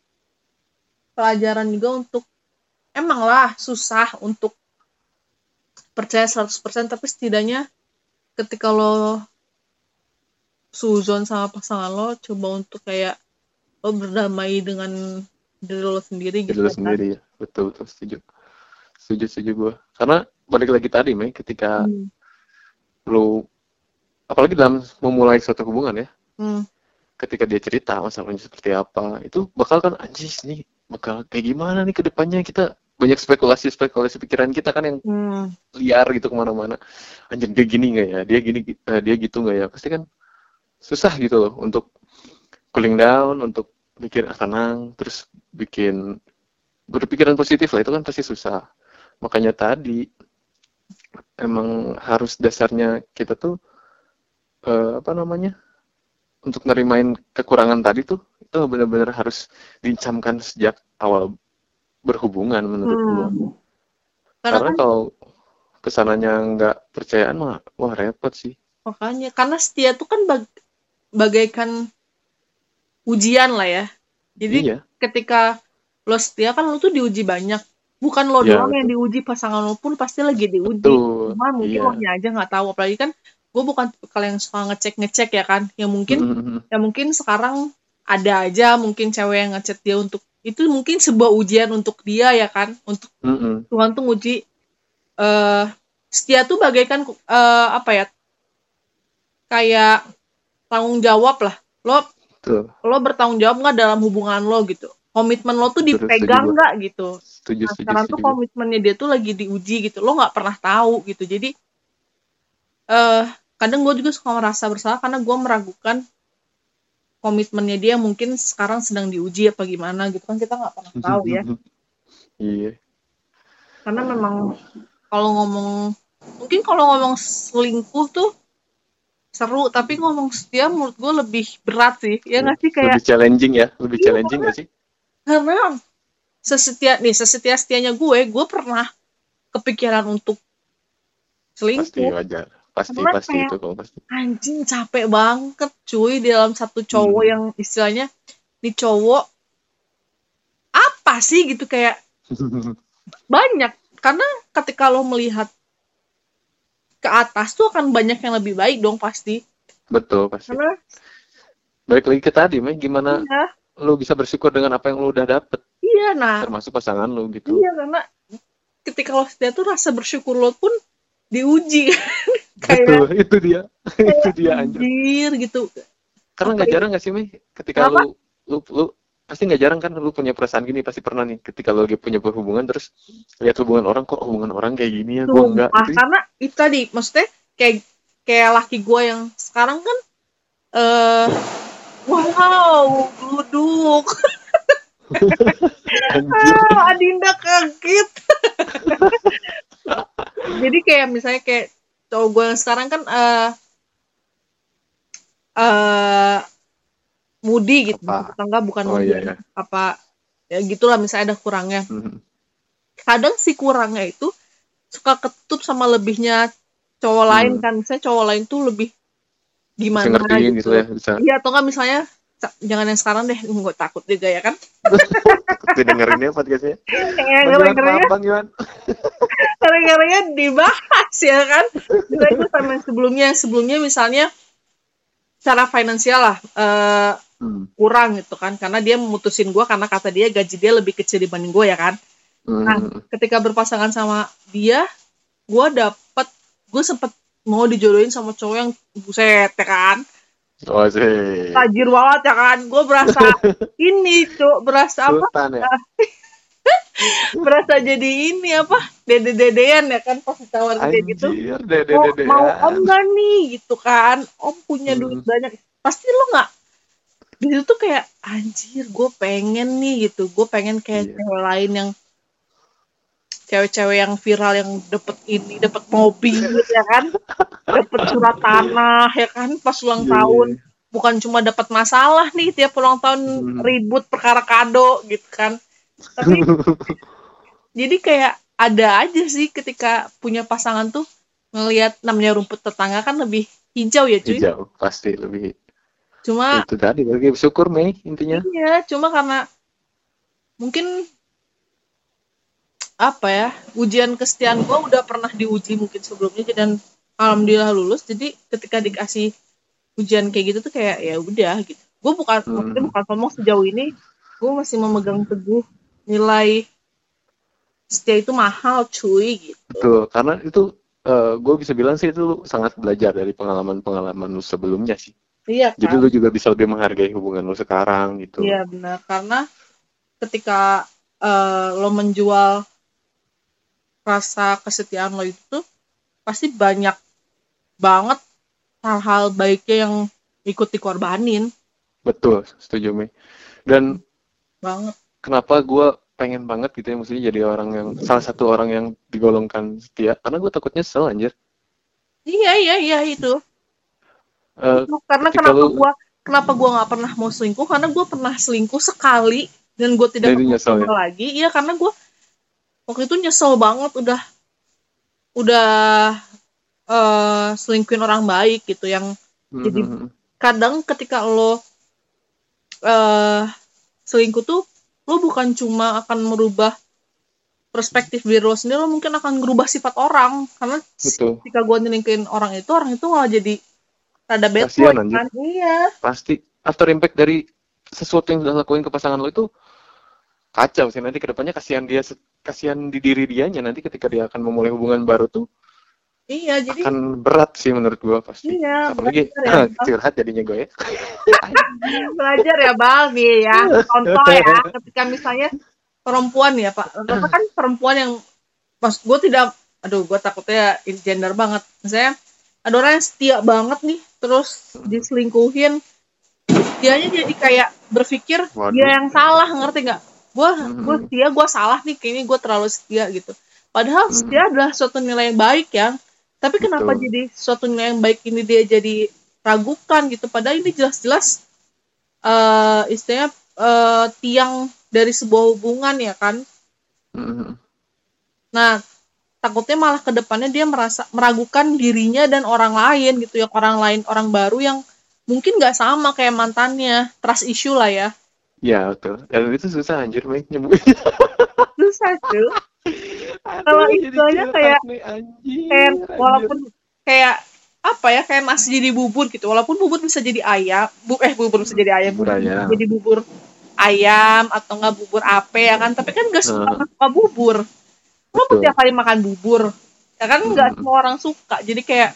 pelajaran juga untuk emang lah susah untuk percaya seratus persen, tapi setidaknya ketika lo suzon sama pasangan lo, coba untuk kayak lo berdamai dengan diri lo sendiri Jadi gitu lo kan. sendiri ya. Betul betul setuju. Setuju setuju gue. Karena balik lagi tadi, Mei, ketika Hmm. lo apalagi dalam memulai suatu hubungan ya, Hmm. ketika dia cerita masalahnya seperti apa, itu bakal kan anjis nih, bakal kayak gimana nih ke depannya, kita banyak spekulasi-spekulasi pikiran kita kan yang Hmm. liar gitu kemana-mana. Anjir dia gini nggak ya, dia gini eh, dia gitu nggak ya, pasti kan susah gitu loh untuk cooling down, untuk bikin ah, tenang, terus bikin berpikiran positif lah, itu kan pasti susah. Makanya tadi emang harus dasarnya kita tuh eh, apa namanya, untuk nerimain kekurangan tadi tuh itu benar-benar harus dincamkan sejak awal berhubungan menurut gua. Hmm. Karena Karena kan kalau kesananya nggak percayaan mah wah repot sih. makanya karena setia tuh kan bag- bagaikan ujian lah ya. Jadi Iya, ketika lo setia kan lo tuh diuji banyak. Bukan lo iya doang yang betul. diuji, pasangan lo pun pasti lagi diuji. Betul. Cuma mungkin lo Iya. nya aja nggak tahu. Apalagi kan gue bukan kalau yang suka ngecek-ngecek ya kan. Yang mungkin Mm-mm. ya mungkin sekarang ada aja mungkin cewek yang ngechat dia untuk itu mungkin sebuah ujian untuk dia ya kan. Untuk Mm-mm. Tuhan tuh nguji eh setia tuh bagaikan eh, apa ya? Kayak tanggung jawab lah. Lo Betul. lo bertanggung jawab nggak dalam hubungan lo gitu, komitmen lo tuh Betul, setuju dipegang gua. nggak gitu. Setuju, Nah setuju, sekarang tuh setuju gua. komitmennya dia tuh lagi diuji gitu, lo nggak pernah tahu gitu. Jadi eh kadang gue juga suka merasa bersalah karena gue meragukan komitmennya dia, mungkin sekarang sedang diuji apa gimana gitu kan, kita nggak pernah tahu ya. Iya. Karena memang kalau ngomong mungkin kalau ngomong selingkuh tuh seru, tapi ngomong setia menurut gue lebih berat sih ya nggak sih, kayak Lebih challenging ya, lebih iya challenging karena nggak sih? karena sesetia nih sesetia setianya gue gue pernah kepikiran untuk Pasti selingkuh wajar. Pasti, karena pasti kayak itu kalau pasti. anjing capek banget cuy di dalam satu cowok Hmm. yang istilahnya di cowok apa sih gitu, kayak banyak, karena ketika lo melihat ke atas tuh akan banyak yang lebih baik dong pasti, Betul, pasti. karena Balik lagi ke tadi, Mei, gimana iya lu bisa bersyukur dengan apa yang lu udah dapet, iya nah termasuk pasangan lu gitu. iya karena ketika lo setia tuh rasa bersyukur lo pun diuji kayak Betul, itu dia. Itu dia anjir. anjir gitu. Karena Apa nggak ya? jarang nggak sih, Mei, ketika Kenapa? lu, lu, lu pasti nggak jarang kan lu punya perasaan gini, pasti pernah nih ketika lu lagi punya hubungan terus lihat hubungan orang, kok hubungan orang kayak gini ya, gua enggak Sumpah, gitu. karena itu tadi maksudnya kayak kayak laki gue yang sekarang kan eh wow duduk Anjir. ah, Adinda kaget. Jadi kayak misalnya kayak cowok gue yang sekarang kan eh eh moody gitu, Apa? tetangga bukan Oh moody iya ya. apa ya gitulah, misalnya ada kurangnya. Mhm. Kadang si kurangnya itu suka ketutup sama lebihnya cowok lain Hmm. kan, misalnya cowok lain tuh lebih Bisa gimana ngertiin gitu. gitu ya, bisa. Iya, atau nggak misalnya sa- jangan yang sekarang deh, gue takut juga ya kan. Takut dengerinnya podcastnya. Kayak Bang Iwan, gara-garanya maaf Bang Iwan. gara-garanya dibahas ya kan. Misalnya gue sama yang sebelumnya, yang sebelumnya misalnya secara finansial lah eh, Hmm. kurang gitu kan, karena dia memutusin gue karena kata dia gaji dia lebih kecil dibanding gue ya kan. Nah, Hmm. ketika berpasangan sama dia, gue dapet, gue sempet mau dijodohin sama cowok yang buset ya kan, Oh sih. tajir banget ya kan. Gue berasa ini cuk, berasa apa? Sultan ya. Berasa jadi ini apa? Dede-dedean ya kan, pas ditawarin kayak gitu. Anjir, dede Mau, dede. mau om gak nih gitu kan? Om punya Hmm. duit banyak. Pasti lo nggak di situ tuh kayak anjir, gue pengen nih gitu. Gue pengen kayak Iya. cewek lain yang cewek-cewek yang viral yang dapet ini, dapet mobil ya kan, dapet surat tanah ya kan, pas ulang Iya, tahun. iya. Bukan cuma dapat masalah nih tiap ulang tahun Hmm. ribut perkara kado gitu kan. Tapi jadi kayak ada aja sih ketika punya pasangan tuh ngelihat namanya rumput tetangga kan lebih hijau ya cuy. Hijau pasti lebih Cuma itu tadi lagi bersyukur Mei intinya. iya, cuma karena mungkin apa ya, ujian kesetiaan gue udah pernah diuji mungkin sebelumnya dan alhamdulillah lulus. Jadi ketika dikasih ujian kayak gitu tuh kayak ya udah gitu. Gue bukan Hmm. maksudnya bukan ngomong sejauh ini gue masih memegang teguh nilai setia itu mahal cuy gitu. Betul, karena itu gue bisa bilang sih itu lu sangat belajar dari pengalaman-pengalaman lu sebelumnya sih. Iya Jadi kan? lu juga bisa lebih menghargai hubungan lu sekarang gitu. Iya benar, karena ketika eh, lo menjual rasa kesetiaan lo itu tuh pasti banyak banget hal-hal baiknya yang ikut dikorbanin Betul, setuju Mei. Dan banget. kenapa gue pengen banget gitu ya, maksudnya jadi orang yang salah satu orang yang digolongkan setia, karena gue takut nyesel anjir. Iya iya iya itu. Eh, Itu karena ketika kenapa lu gua kenapa gua nggak pernah mau selingkuh, karena gua pernah selingkuh sekali dan gua tidak Jadi pernah nyesel coba ya? lagi. Iya karena gua waktu itu nyesel banget udah udah eh selingkuhin orang baik gitu yang jadi Mhm. kadang ketika lo eh selingkuh tuh lo bukan cuma akan merubah perspektif diri lo sendiri, lo mungkin akan merubah sifat orang karena Betul, ketika gua nyelingkuhin orang itu orang itu malah jadi rada bad kasihan boy anjir. kan. Iya. Pasti after impact dari sesuatu yang sudah lakuin ke pasangan lo itu kacau sih, nanti kedepannya kasihan dia, kasihan di diri dianya nanti ketika dia akan memulai hubungan baru tuh Iya, jadi akan berat sih menurut gua pasti. iya, Apalagi belajar ya, Bang. curhat jadinya gue ya. Belajar ya, Bang, nih ya. Contoh ya, ketika misalnya perempuan ya, Pak. Rata kan perempuan yang, pas gue tidak, aduh, gue takutnya gender banget. Misalnya, ada orang yang setia banget nih, terus diselingkuhin, dianya jadi kayak berpikir Waduh. dia yang salah, ngerti nggak? Gue, gue Mhm. setia, gue salah nih, kayaknya gue terlalu setia gitu. Padahal setia adalah suatu nilai yang baik ya. Tapi kenapa Betul. jadi suatu nilai yang baik ini dia jadi ragukan gitu? Padahal ini jelas-jelas eh istilahnya eh, tiang dari sebuah hubungan ya kan. Mhm. Nah, takutnya malah ke depannya dia merasa meragukan dirinya dan orang lain gitu, yang orang lain, orang baru yang mungkin nggak sama kayak mantannya. Trust issue lah ya. Ya betul. Dan itu susah anjir Mei nyembuhin. Susah tuh. Kalau Aduh, jadi istilahnya curhat kayak nih, anjir, kayak anjir. walaupun kayak apa ya, kayak nasi jadi bubur gitu, walaupun bubur bisa jadi ayam bu eh bubur bisa jadi ayam Bubur bubur bisa ayam. jadi bubur ayam atau enggak bubur ape ya kan, tapi kan nggak semua orang suka bubur. Lo mau Betul. tiap hari makan bubur ya kan, nggak Hmm. semua orang suka, jadi kayak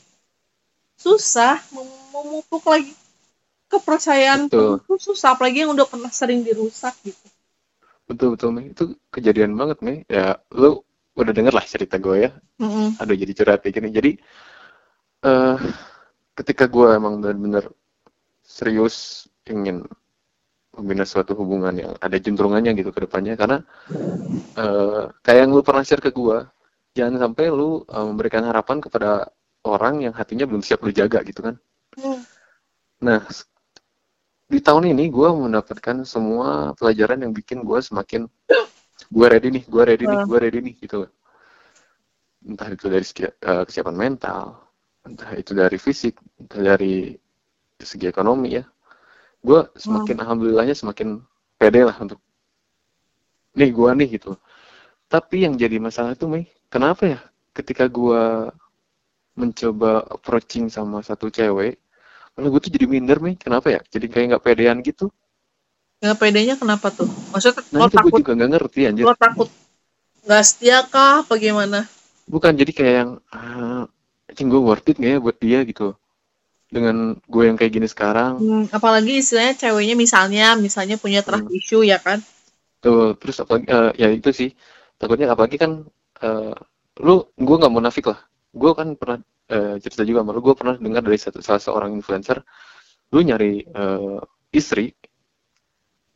susah mem- memupuk lagi kepercayaan Betul. penuh tuh susah, apalagi yang udah pernah sering dirusak gitu. Betul betul Mei, itu kejadian banget Mei. Ya lu udah denger lah cerita gue ya. Mm-mm. Aduh jadi curhat kayak gini. Jadi eh ketika gue emang benar-benar serius ingin membina suatu hubungan yang ada juntrungannya gitu ke depannya, karena eh kayak yang lu pernah share ke gue, jangan sampai lu eh, memberikan harapan kepada orang yang hatinya belum siap lu jaga gitu kan. Hmm. Nah, di tahun ini gue mendapatkan semua pelajaran yang bikin gue semakin gue ready nih, gue ready nih, gue ready nih gitu. Entah itu dari segi, uh, kesiapan mental, entah itu dari fisik, entah dari segi ekonomi ya. Gue semakin alhamdulillahnya semakin pede lah untuk nih gue nih gitu. Tapi yang jadi masalah itu Mei, kenapa ya ketika gue mencoba approaching sama satu cewek, malah gue tuh jadi minder Mei, kenapa ya? Jadi kayak nggak pedean gitu. Nggak pedenya kenapa tuh? Maksudnya Nah lo itu gue takut, juga nggak ngerti anjir. lo takut nggak setia kah apa gimana? Bukan, jadi kayak yang ah, anjing gue worth it nggak ya buat dia gitu. Dengan gue yang kayak gini sekarang. Hmm, apalagi istilahnya ceweknya misalnya misalnya punya trust Hmm. issue ya kan? Tuh, terus apalagi eh, ya itu sih. Takutnya apalagi kan eh, lu gue nggak munafik lah. Gue kan pernah eh, cerita juga sama lu, gue pernah dengar dari satu salah seorang influencer, lu nyari eh, istri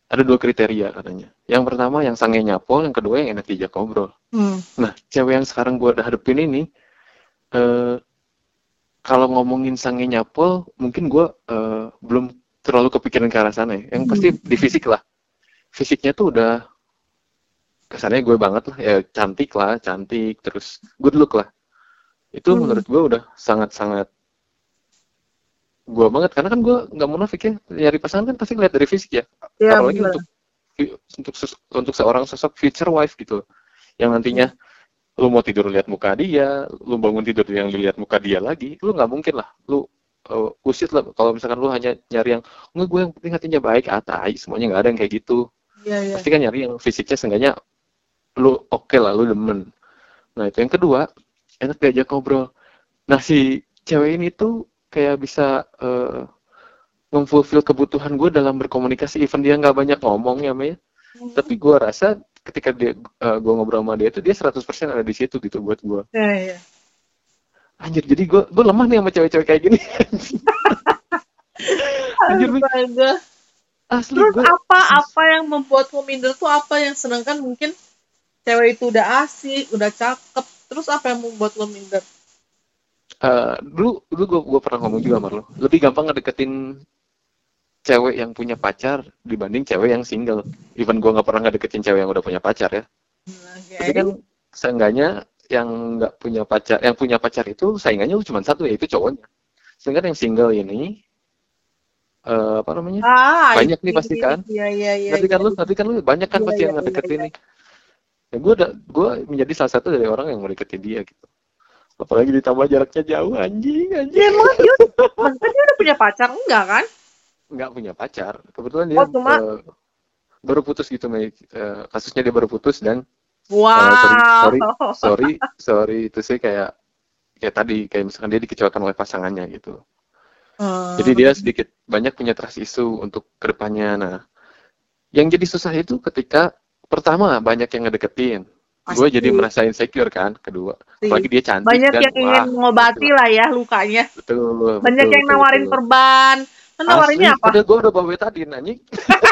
ada dua kriteria katanya. Yang pertama yang sange nyapol, yang kedua yang enak diajak ngobrol. Hmm. Nah, cewek yang sekarang gue udah hadepin ini, eh, kalau ngomongin sange nyapol, mungkin gue eh, belum terlalu kepikiran ke arah sana ya. Yang pasti di fisik lah. Fisiknya tuh udah kesannya gue banget lah, ya cantik lah, cantik, terus good look lah. Itu Hmm. menurut gue udah sangat-sangat gue banget, karena kan gue nggak munafik ya, nyari pasangan kan pasti ngeliat dari fisik ya. Iya, Apalagi bener. untuk untuk ses- untuk seorang sosok future wife gitu, yang nantinya lu mau tidur lihat muka dia, lu bangun tidur yang lihat muka dia lagi, lu nggak mungkin lah, lu uh, usir lah kalau misalkan lu hanya nyari yang enggak gue yang penting hatinya baik, ah tai, semuanya nggak ada yang kayak gitu. Iya, iya. Pasti kan nyari yang fisiknya seenggaknya lu oke lah, lu demen. Nah itu yang kedua, enak diajak ngobrol. Nah si cewek ini tuh kayak bisa uh, memfulfill kebutuhan gue dalam berkomunikasi, even dia nggak banyak ngomong ya Mei. Tapi gue rasa ketika dia uh, gue ngobrol sama dia tuh dia seratus persen ada di situ gitu buat gue. Iya, iya. Anjir, jadi gue gue lemah nih sama cewek-cewek kayak gini. Anjir, Mei. Astaga. Asli Terus gue. apa apa yang membuat lo minder tuh apa, yang sedangkan mungkin cewek itu udah asik, udah cakep, terus apa yang membuat lo minder? Uh, dulu dulu gue gue pernah ngomong juga sama lo, lebih gampang ngedeketin cewek yang punya pacar dibanding cewek yang single. Even gue nggak pernah ngedeketin cewek yang udah punya pacar ya. Oke. Tapi kan seenggaknya yang nggak punya pacar, yang punya pacar itu saingannya cuma satu, yaitu cowoknya. Sedangkan yang single ini uh, apa namanya? Ah, banyak nih ini. pasti kan. Iya, iya, iya. Nanti kan iya. lu, nanti kan lu banyak kan Iya, pasti iya, yang iya, ngedeketin iya. nih. Ya gue udah gue menjadi salah satu dari orang yang mendekati dia gitu. Apalagi ditambah jaraknya jauh, anjing, Ya, anjing. emang dia, maksudnya dia udah punya pacar? Enggak kan? Nggak punya pacar. Kebetulan dia Oh, cuma- uh, baru putus gitu, Mei. Uh, kasusnya dia baru putus dan Wow. uh, sorry, sorry, sorry, sorry itu sih kayak kayak tadi kayak misalkan dia dikecewakan oleh pasangannya gitu. Hmm. Jadi dia sedikit banyak punya trust issue untuk kedepannya. Nah, yang jadi susah itu ketika pertama banyak yang ngedeketin. Gue Pasti. jadi merasa insecure kan, kedua. Pasti. Apalagi dia cantik Banyak dan yang ingin wah, mengobati betul, lah ya lukanya. betul, Banyak betul, yang betul, nawarin betul. perban. Kan nawarinnya Asli, apa? udah gue udah bawa betadine anjing.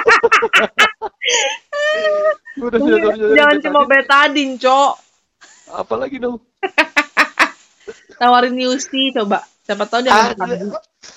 Gue udah Jangan, nyodor-nyodorin jangan cuma betadine. betadine, Cok. Apalagi dong. Tawarin Yusi coba. Siapa tahu dia Ah, mau iya.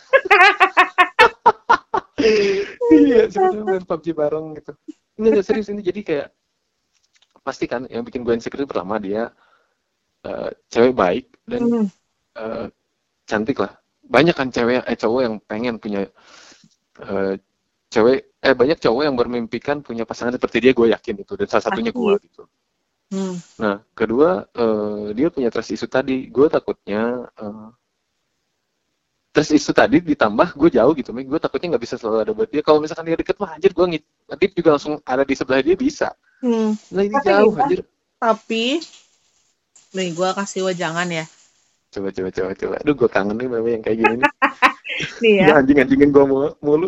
Iya, sebenarnya main P U B G bareng gitu. Enggak, enggak serius ini jadi kayak pasti kan yang bikin gue insecure itu pertama dia uh, cewek baik dan Hmm. uh, cantik lah. Banyak kan cewek eh cowok yang pengen punya uh, cewek eh banyak cowok yang bermimpikan punya pasangan seperti dia, gue yakin itu, dan salah satunya gue gitu. Hmm. Nah, kedua uh, dia punya trust issue tadi. Gue takutnya uh, trust issue tadi ditambah gue jauh gitu, Mik. Gue takutnya nggak bisa selalu ada buat dia. Kalau misalkan dia deket mah anjir gue ngit, Adit juga langsung ada di sebelah dia bisa. Hmm. Nah ini Tapi jauh ya, anjir. Tapi nih gue kasih wajangan ya. Coba coba coba coba. Aduh gue kangen nih memang yang kayak gini nih. Nih ya. Ya anjing-anjingin gue mulu.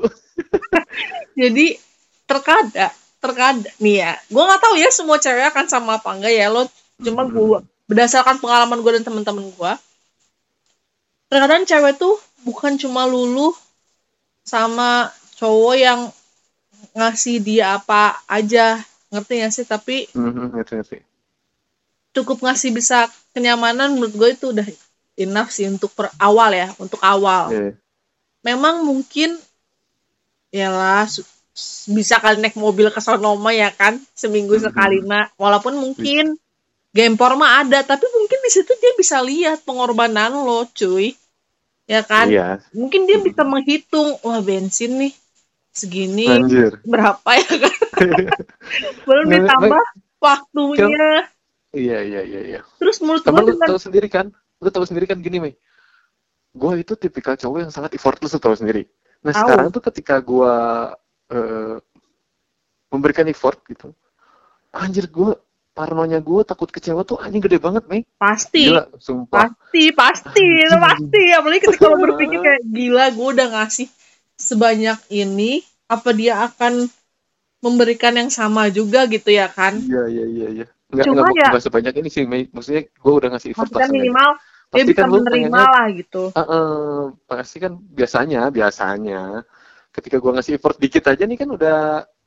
Jadi terkadang terkadang nih ya. Gue nggak tahu ya semua cewek akan sama apa enggak ya lo. Cuma gue berdasarkan pengalaman gue dan teman-teman gue. Terkadang cewek tuh bukan cuma luluh sama cowok yang ngasih dia apa aja, ngerti gak sih? Tapi Mhm, ngerti-ngerti. cukup ngasih bisa kenyamanan, menurut gue itu udah enough sih untuk per awal ya, untuk awal. Iya. Memang mungkin yalah su- bisa kali naik mobil ke sono mah ya kan, seminggu Mhm. sekali mah. Walaupun mungkin gempor mah ada, tapi mungkin di situ dia bisa lihat pengorbanan lo, cuy. Ya kan? Iya. Mungkin dia bisa menghitung, wah bensin nih segini Anjir. berapa ya kan? Belum Nah, ditambah waktunya. Iya iya iya iya. Terus menurut Karena gue lu dengan tahu sendiri kan, lu tahu sendiri kan gini, Mei. Gue itu tipikal cowok yang sangat effortless, lu tahu sendiri. Nah Tahu. sekarang tuh ketika gue uh, memberikan effort gitu, anjir gue parnonya gue takut kecewa tuh anjing gede banget, Mei. pasti, Gila, sumpah. pasti, pasti, itu pasti. Apalagi ketika lo berpikir kayak gila, gue udah ngasih sebanyak ini, apa dia akan memberikan yang sama juga gitu ya kan? Iya iya iya iya. Enggak Cuma enggak ya- enggak sebanyak ini sih, Mei. Maksudnya gue udah ngasih effort Maksudnya lah seenggaknya. minimal dia Pasti bisa kan lu menerima pengennya- lah gitu. Uh, uh, pasti kan biasanya biasanya ketika gua ngasih effort dikit aja nih kan udah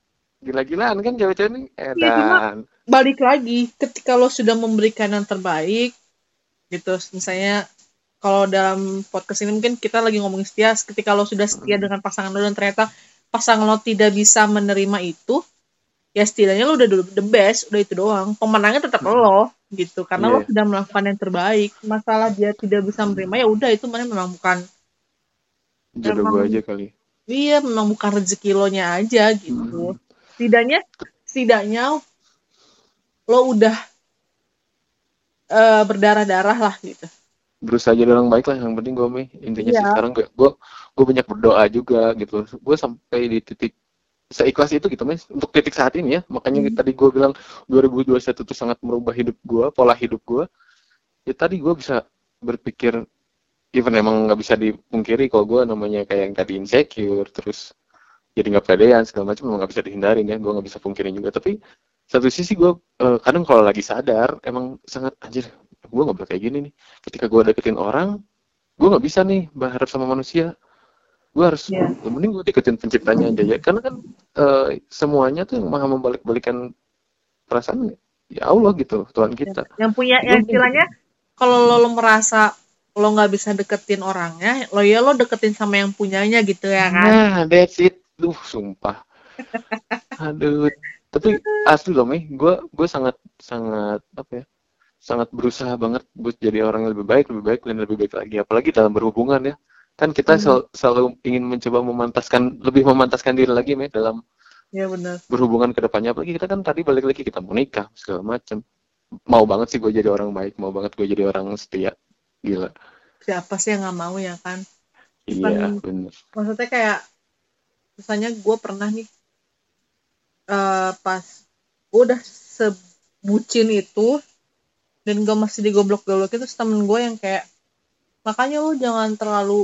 gila-gilaan kan cewek-cewek ini Iya, cuma edan. balik lagi ketika lo sudah memberikan yang terbaik gitu, misalnya kalau dalam podcast ini mungkin kita lagi ngomongin setia, ketika lo sudah setia dengan pasangan lo dan ternyata pasangan lo tidak bisa menerima itu, ya setidaknya lo udah the best, udah itu doang, pemenangnya tetap lo gitu, karena lo Iya. sudah melakukan yang terbaik. Masalah dia tidak bisa menerima ya udah, itu memang bukan Jodoh Emang- gue aja kali. iya memang bukan rezeki lo nya aja gitu. Setidaknya setidaknya lo udah eh, berdarah-darah lah gitu. Berusaha jadi orang baik lah, yang penting gue meh intinya sih Iya. sekarang gue gue gue banyak berdoa juga gitu. Gue sampai di titik seikhlas itu gitu mas untuk titik saat ini ya. Makanya Hmm. tadi gue bilang dua ribu dua puluh satu itu sangat merubah hidup gue, pola hidup gue. Ya tadi gue bisa berpikir, even emang nggak bisa dipungkiri kalau gue namanya kayak yang tadi insecure, terus jadi nggak pedean segala macam, emang nggak bisa dihindarin ya, gue nggak bisa pungkirin juga. Tapi satu sisi gue eh, kadang kalau lagi sadar emang sangat anjir, gue nggak boleh kayak gini nih. Ketika gue deketin orang, gue nggak bisa nih berharap sama manusia. Gue harus, Iya. yang penting gue deketin penciptanya aja ya. Karena kan eh, semuanya tuh yang maha membalik-balikan perasaan ya Allah gitu, Tuhan kita. Yang punya Gua- yang istilahnya kalau lo, lo merasa lo nggak bisa deketin orangnya, lo ya lo deketin sama yang punyanya gitu ya kan. Nah, that's it. Duh, sumpah. Aduh. Tapi asli loh, Mei. Gue gue sangat sangat apa ya? Sangat berusaha banget buat jadi orang yang lebih baik, lebih baik dan lebih baik lagi. Apalagi dalam berhubungan ya. Kan kita Hmm. sel- selalu ingin mencoba memantaskan, lebih memantaskan diri lagi, Mei, dalam Ya benar. berhubungan ke depannya. Apalagi kita kan tadi balik lagi kita mau nikah segala macam. Mau banget sih gue jadi orang baik, mau banget gue jadi orang setia. Gila. Siapa sih yang nggak mau ya kan? Iya, Bukan- bener. Maksudnya kayak misalnya gue pernah nih eh pas gue udah sebucin itu dan gue masih digoblok-goblok itu temen gue yang kayak makanya lu jangan terlalu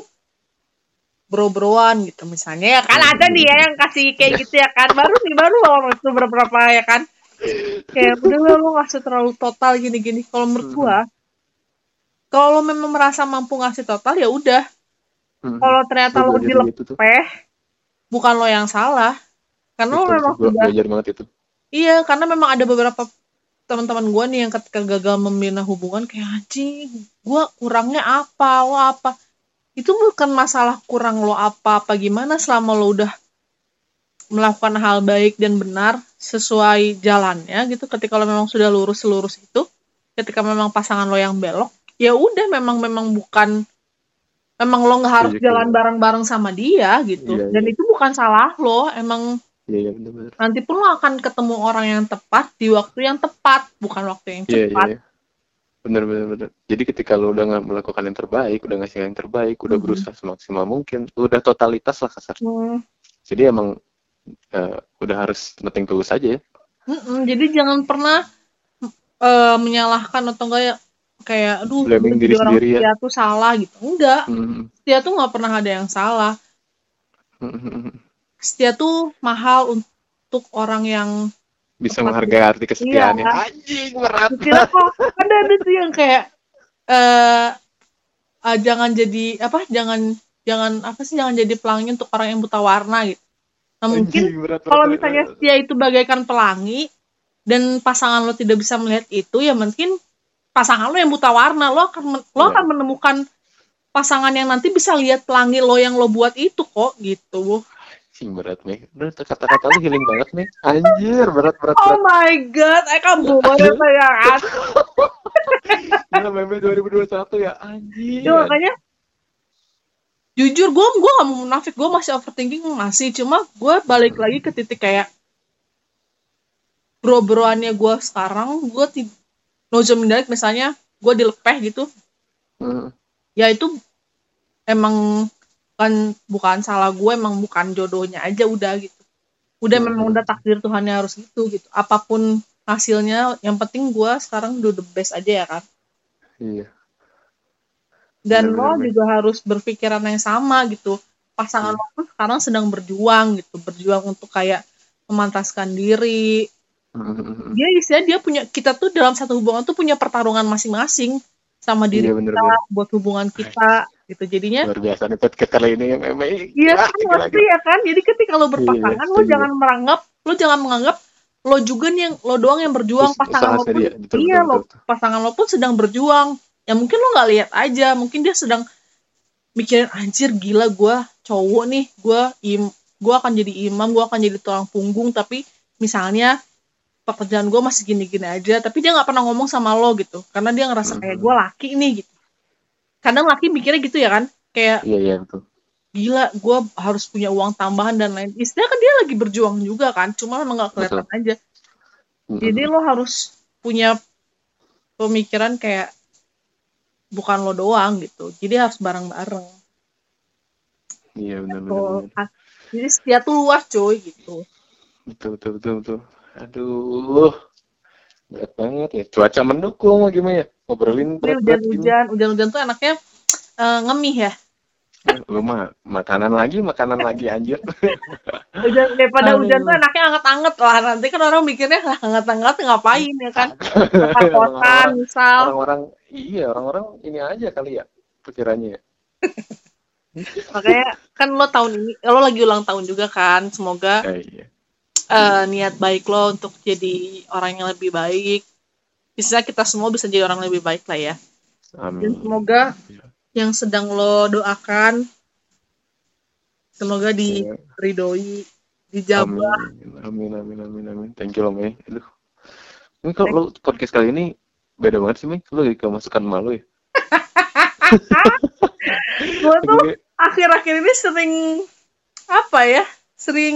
bro-broan gitu misalnya ya kan, ada nih ya yang kasih kayak gitu ya kan, baru nih baru orang itu berapa ya kan, kayak udah lah lu nggak usah terlalu total gini-gini. Kalau menurut gue kalau lo memang merasa mampu ngasih total ya udah, Hmm. kalau ternyata Gua lo belajar dilepeh gitu tuh. bukan lo yang salah, karena lo Betul, memang gue sudah belajar banget itu. iya, karena memang ada beberapa teman-teman gue nih yang ketika gagal membina hubungan kayak anjing, gue kurangnya apa, lo apa. Itu bukan masalah kurang lo apa-apa gimana selama lo udah melakukan hal baik dan benar sesuai jalannya gitu. Ketika lo memang sudah lurus-lurus itu, ketika memang pasangan lo yang belok, ya udah memang memang bukan memang lo nggak harus Iya, jalan iya. bareng-bareng sama dia gitu. Iya, Dan iya. itu bukan salah lo, emang Iya, iya, bener-bener. nanti pun lo akan ketemu orang yang tepat di waktu yang tepat, bukan waktu yang Iya, iya, cepat. iya. Bener, bener, bener. Jadi ketika lu udah nggak melakukan yang terbaik, udah ngasih yang terbaik, udah Mhm. berusaha semaksimal mungkin, lu udah totalitas lah kasar. Hmm. Jadi emang eh, udah harus nothing tulus aja ya. Mm-mm, jadi jangan pernah eh, menyalahkan atau enggak ya kayak aduh Blaming gue diri jadi orang sendiri ya. setia tuh salah gitu. Enggak, Hmm. setia tuh nggak pernah ada yang salah. Hmm. Setia tuh mahal untuk orang yang Bisa Tepat. menghargai arti kesetiaannya. Iya. Anjing, berat. kira kok ada ada tuh yang kayak eh ah, jangan jadi apa jangan jangan apa sih jangan jadi pelangi untuk orang yang buta warna gitu. Nah mungkin Anjing, berat, kalau berat, misalnya berat. setia itu bagaikan pelangi dan pasangan lo tidak bisa melihat itu, ya mungkin pasangan lo yang buta warna, lo akan men- lo Iya. akan menemukan pasangan yang nanti bisa lihat pelangi lo yang lo buat itu kok gitu. Anjing, berat nih. Berat, kata-kata lu healing banget nih. Anjir, berat, berat, Oh berat. my god, I kan boleh saya kan. Gila, meme dua ribu dua puluh satu ya, anjing. Ya, makanya jujur gue gue gak mau munafik, gue masih overthinking masih, cuma gue balik lagi ke titik kayak bro-broannya gue sekarang, gue ti- no mendadak misalnya gue dilepeh gitu, Hmm. ya itu emang kan bukan salah gue, emang bukan jodohnya aja udah gitu, udah Hmm. memang udah takdir Tuhannya harus gitu gitu, apapun hasilnya yang penting gue sekarang do the best aja ya kan. Iya. Dan Bener-bener, lo Mek. juga harus berpikiran yang sama gitu. Pasangan lo pun sekarang sedang berjuang gitu, berjuang untuk kayak memantaskan diri. Hmm. Dia istilah dia punya, kita tuh dalam satu hubungan tuh punya pertarungan masing-masing sama diri Iya, kita bener-bener. buat hubungan kita gitu. Jadinya Luar biasa nih podcast kali ini. Meme. iya Wah, kan gila, pasti gila. ya kan. Jadi ketika lo berpasangan Iya, lo setuju. jangan meranggap lo jangan menganggap lo juga nih yang lo doang yang berjuang, Us- pasangan lo usaha pun dia. Betul, iya betul, lo betul. pasangan lo pun sedang berjuang. Ya mungkin lo nggak lihat aja, mungkin dia sedang mikirin anjir gila gue cowok nih, gue im gue akan jadi imam, gue akan jadi tulang punggung, tapi misalnya pekerjaan gue masih gini-gini aja, tapi dia nggak pernah ngomong sama lo gitu, karena dia ngerasa kayak Mhm. gue laki nih gitu. Kadang laki mikirnya gitu ya kan, kayak Iya, iya, betul. gila gue harus punya uang tambahan dan lain. Istilahnya kan dia lagi berjuang juga kan, cuma memang nggak kelihatan Betul. aja. Mhm. Jadi lo harus punya pemikiran kayak bukan lo doang gitu, jadi harus bareng-bareng. Iya, benar, benar, Tuh, benar. ah, jadi setia tuh luas coy gitu. Betul, betul, betul, betul. Aduh, berat banget ya. Cuaca mendukung mau gimana ya? Ngobrolin Ini berat-berat gini. hujan-hujan, hujan-hujan tuh enaknya eh, ngemih ya. Lu mah makanan lagi, makanan lagi anjir. Hujan daripada Aduh. hujan tuh enaknya anget-anget lah. Nanti kan orang mikirnya lah anget-anget ngapain ya kan? Bakar kosan Orang-orang, misal. orang-orang, iya orang-orang ini aja kali ya pikirannya ya. Makanya kan lo tahun ini, lo lagi ulang tahun juga kan. Semoga Eh, iya. eh, niat baik lo untuk jadi orang yang lebih baik. Bisa kita semua bisa jadi orang yang lebih baik lah ya. Dan Amin. semoga yang sedang lo doakan semoga Iya. diridhoi, dijabah. Amin, amin, amin, amin, amin. Thank you loh, Mei. Aduh. Ini kalau lo podcast kali ini beda banget sih, Mei. Lo lagi kemasukan malu ya. Gue tuh Jadi, akhir-akhir ini sering apa ya? Sering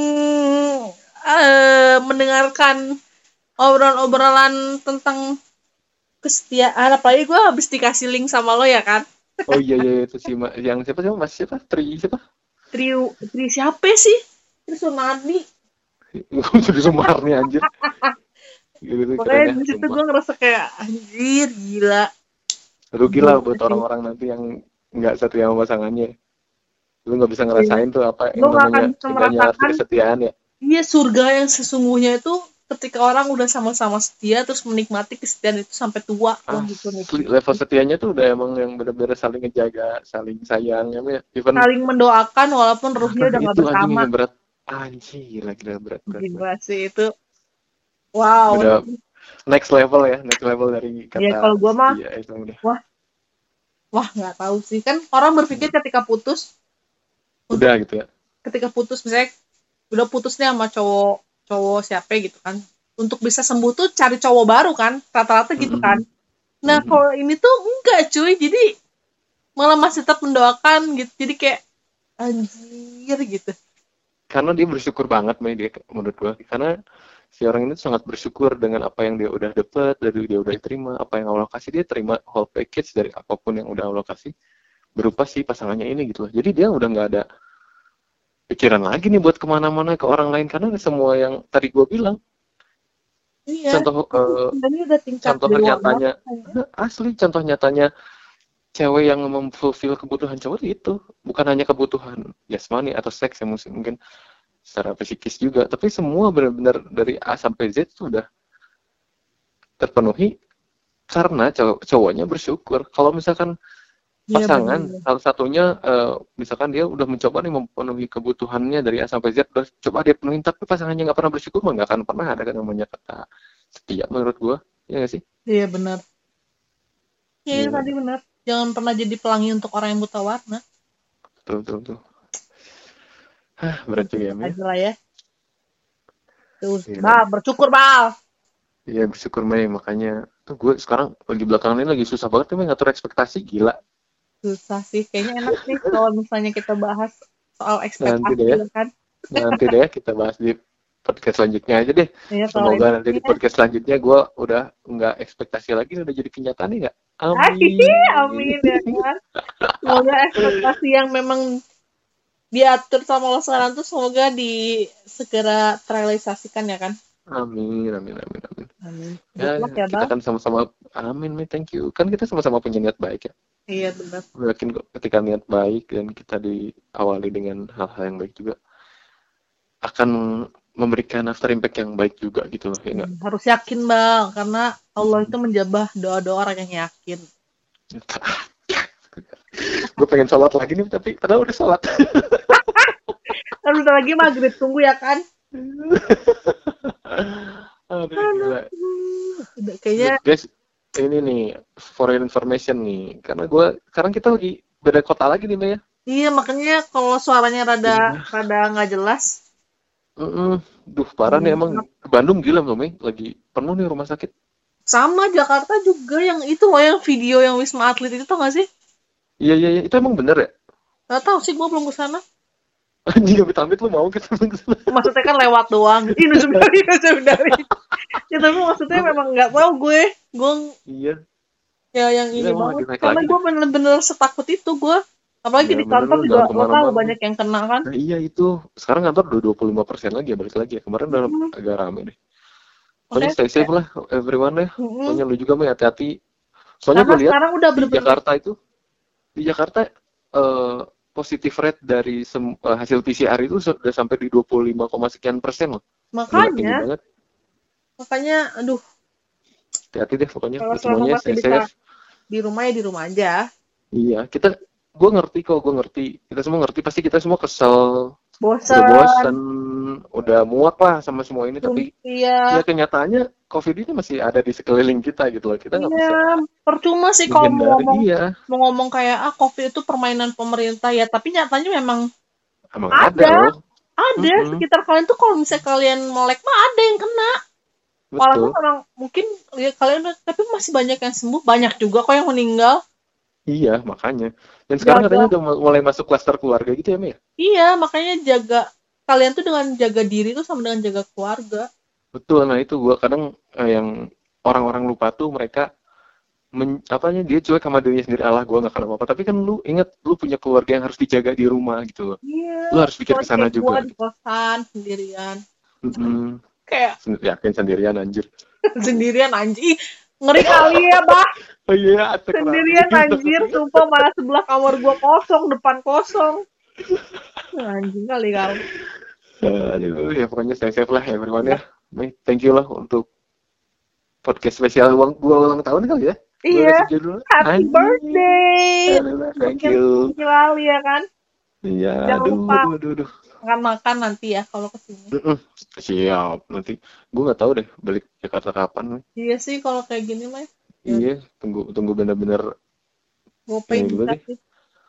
eh, mendengarkan obrolan-obrolan tentang kesetiaan. Apalagi gue habis dikasih link sama lo ya kan? oh iya iya itu sih Ma- yang siapa sih Mas siapa? Tri siapa? Tri, Tri siapa sih? Tri Sunardi. Tri Sumarni anjir. Gitu tuh Makanya keren ya. di situ sumpah. gue ngerasa kayak anjir gila. Rugi lah buat orang-orang nanti yang nggak setia sama pasangannya. Lu nggak bisa ngerasain tuh apa Lu yang nggak namanya akan indahnya arti merasakan. kesetiaan ya. Iya, surga yang sesungguhnya itu ketika orang udah sama-sama setia terus menikmati kesetiaan itu sampai tua. Wah, gitu nih. Asli, level setianya tuh udah emang yang benar-benar saling ngejaga, saling sayang ya. Even Saling mendoakan walaupun ruhnya udah nggak itu anjing bersama. yang berat. Anjir, lagi berat berat. berat. Gila sih itu. Wow. Udah next level ya, next level dari kata. Ya kalau gua mah Iya, itu udah. wah nggak tahu sih, kan orang berpikir ketika putus Udah gitu ya. ketika putus misalnya udah putus nih sama cowok cowok siapa gitu kan, untuk bisa sembuh tuh cari cowok baru kan, rata-rata gitu kan. Nah Mhm. kalau ini tuh enggak cuy, jadi malah masih tetap mendoakan gitu, jadi kayak anjir gitu. Karena dia bersyukur banget Mei, dia menurut gua. Karena si orang ini sangat bersyukur dengan apa yang dia udah dapat, dari dia udah terima, apa yang Allah kasih, dia terima whole package dari apapun yang udah Allah kasih berupa si pasangannya ini gitu loh. Jadi dia udah nggak ada pikiran lagi nih buat kemana-mana ke orang lain, karena semua yang tadi gua bilang. Iya. Contoh eh, Ini udah tingkat contoh dewa nyatanya banget. asli contoh nyatanya cewek yang memfulfill kebutuhan cowok itu bukan hanya kebutuhan jasmani atau seks yang mungkin mungkin secara psikis juga, tapi semua benar-benar dari A sampai Z itu udah terpenuhi karena cow- cowoknya bersyukur. Kalau misalkan Iya, pasangan bener. salah satunya eh, misalkan dia udah mencoba nih memenuhi kebutuhannya dari A sampai Z, udah coba dia penuhin, tapi pasangannya nggak pernah bersyukur, mah nggak akan pernah ada kan namanya kata setia menurut gua, ya nggak sih? Iya benar. Iya Iya. tadi benar. Jangan pernah jadi pelangi untuk orang yang buta warna. Betul betul betul. Hah, berat juga ya, Mi. Aja lah ya. Tuh, Iya. Bal, bersyukur Bal. Iya bersyukur Mei, makanya tuh gue sekarang di belakangan ini lagi susah banget nih ngatur ekspektasi, gila. Susah sih, kayaknya enak nih kalau misalnya kita bahas soal Nanti ekspektasi deh ya. ya kan. Nanti deh ya, kita bahas di podcast selanjutnya aja deh. Ya, kalau Semoga ini nanti di ya. podcast selanjutnya gue udah nggak ekspektasi lagi, udah jadi kenyataan nih nggak? Amin. Amin, amin ya kan. Semoga ekspektasi yang memang diatur sama lo sekarang tuh semoga di segera terrealisasikan ya kan. Amin, amin, amin, amin. Amin. Ya, Good luck ya kita Bal. kan sama-sama, amin, Mei, thank you. Kan kita sama-sama punya niat baik ya. Iya benar. Gue yakin kok ketika niat baik dan kita diawali dengan hal-hal yang baik juga akan memberikan after impact yang baik juga gitu loh, ya nggak? Hmm, harus yakin Bang, karena Allah itu menjabah doa-doa orang yang yakin. Gue pengen sholat lagi nih, tapi padahal udah sholat. Kan bentar lagi maghrib, tunggu ya kan. Aduh, gila. Udah, kayaknya Guys, ini nih for your information nih, karena gue sekarang kita lagi beda kota lagi nih, Mbak ya. iya, makanya kalau suaranya rada Iya. rada nggak jelas. Mm-mm. Duh, parah nih Hmm. emang. Bandung gila loh, Mei. Lagi penuh nih rumah sakit. Sama Jakarta juga yang itu loh, yang video yang Wisma Atlet itu, tau gak sih? Iya, iya, iya. Itu emang bener ya? Gak tau sih, gue belum kesana. Anjing, amit-amit lu mau kita ke sana. Maksudnya kan lewat doang. Ih, nusa dari, nusa dari. Ya tapi maksudnya memang nggak tahu gue. Gue Iya. ya yang Gila, ini emang banget. lagi naik Karena lagi gue bener-bener setakut itu gue. Apalagi Iya, di bener, kantor lu juga jangan lo tahu kemana-mana. banyak yang kena kan. Nah, iya itu. Sekarang kantor udah dua puluh lima persen lagi ya, balik lagi ya. Kemarin udah Mm-mm. agak rame deh. Pokoknya Makanya stay safe lah, everyone ya. Mm-mm. Pokoknya lu juga Mei, hati-hati. Soalnya Karena gue lihat sekarang udah di bener-bener Jakarta itu, di Jakarta eh, positif rate dari sem- eh, hasil P C R itu sudah sampai di dua puluh lima, sekian persen loh. Gila, tinggi makanya banget. makanya aduh, Hati-hati deh pokoknya. kalau Buat selama semuanya masih stay bisa safe. di rumah ya di rumah aja. Iya, kita, gue ngerti kok, gue ngerti. Kita semua ngerti, pasti kita semua kesel, Bosan. udah bosan, udah muak lah sama semua ini. Tapi Iya. ya kenyataannya COVID ini masih ada di sekeliling kita gitu loh. Kita nggak bisa Iya, percuma sih kalau mau menghindari. ngomong Iya, mau ngomong kayak ah COVID itu permainan pemerintah ya, tapi nyatanya memang emang Ada. ada loh. ada Mm-mm. sekitar kalian tuh, kalau misalnya kalian melek mah ada yang kena. Walaupun Betul. orang mungkin ya kalian udah- tapi masih banyak yang sembuh, banyak juga kok yang meninggal. Iya, makanya. Dan sekarang Jaga. katanya udah mulai masuk klaster keluarga gitu ya, Mei? Iya, makanya jaga kalian tuh dengan jaga diri tuh sama dengan jaga keluarga. Betul, nah itu gua kadang eh, yang orang-orang lupa tuh mereka men, apanya dia cuek sama dirinya sendiri, Allah gua nggak kenapa apa, tapi kan lu inget lu punya keluarga yang harus dijaga di rumah gitu loh. Iya. Lu harus pikir ke sana Kayak gua juga. di kosan sendirian. Mm-mm. Kayak Sen- Yakin sendirian anjir. sendirian anjing. Ngeri kali ya, Bah. Oh iya, asik Sendirian banget. anjir, sumpah malah sebelah kamar gua kosong, depan kosong. Anjing kali kali. Aduh, ya pokoknya stay safe lah everyone ya. Mei, thank you lah untuk podcast spesial ulang gua ulang tahun kali ya. Gua Iya. kasih judul. Happy Anjing. birthday. Aduh, thank Mungkin you. kali ya kan. Iya, Jangan aduh, lupa. aduh, aduh, aduh. Makan-makan nanti ya kalau kesini. Mm-mm. Siap, nanti gue nggak tahu deh balik Jakarta kapan. Iya sih kalau kayak gini mah. Iya, tunggu tunggu bener-bener. Gopay Ini dulu bisa deh. sih.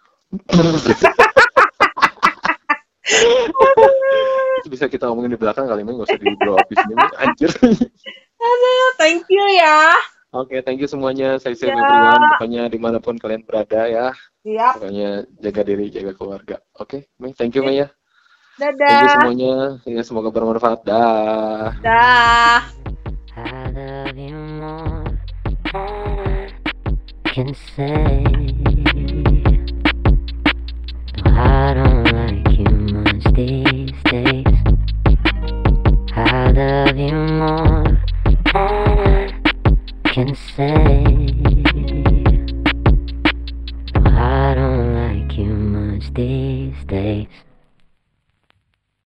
Itu bisa kita omongin di belakang kali ini, nggak usah di blow up di sini, Mei. Anjir. Aduh, thank you ya. Oke, thank you semuanya. Saya safe Ya. everyone. Pokoknya dimanapun kalian berada ya. Siap. Pokoknya jaga diri, jaga keluarga. Oke, Mei, thank you Mei ya. Thank you Dadah. semuanya. Ya, semoga bermanfaat. Dah. Dah. I love you more than I can say. No, I don't like you much these days. I love you more than I can say. No, I don't like you much these days.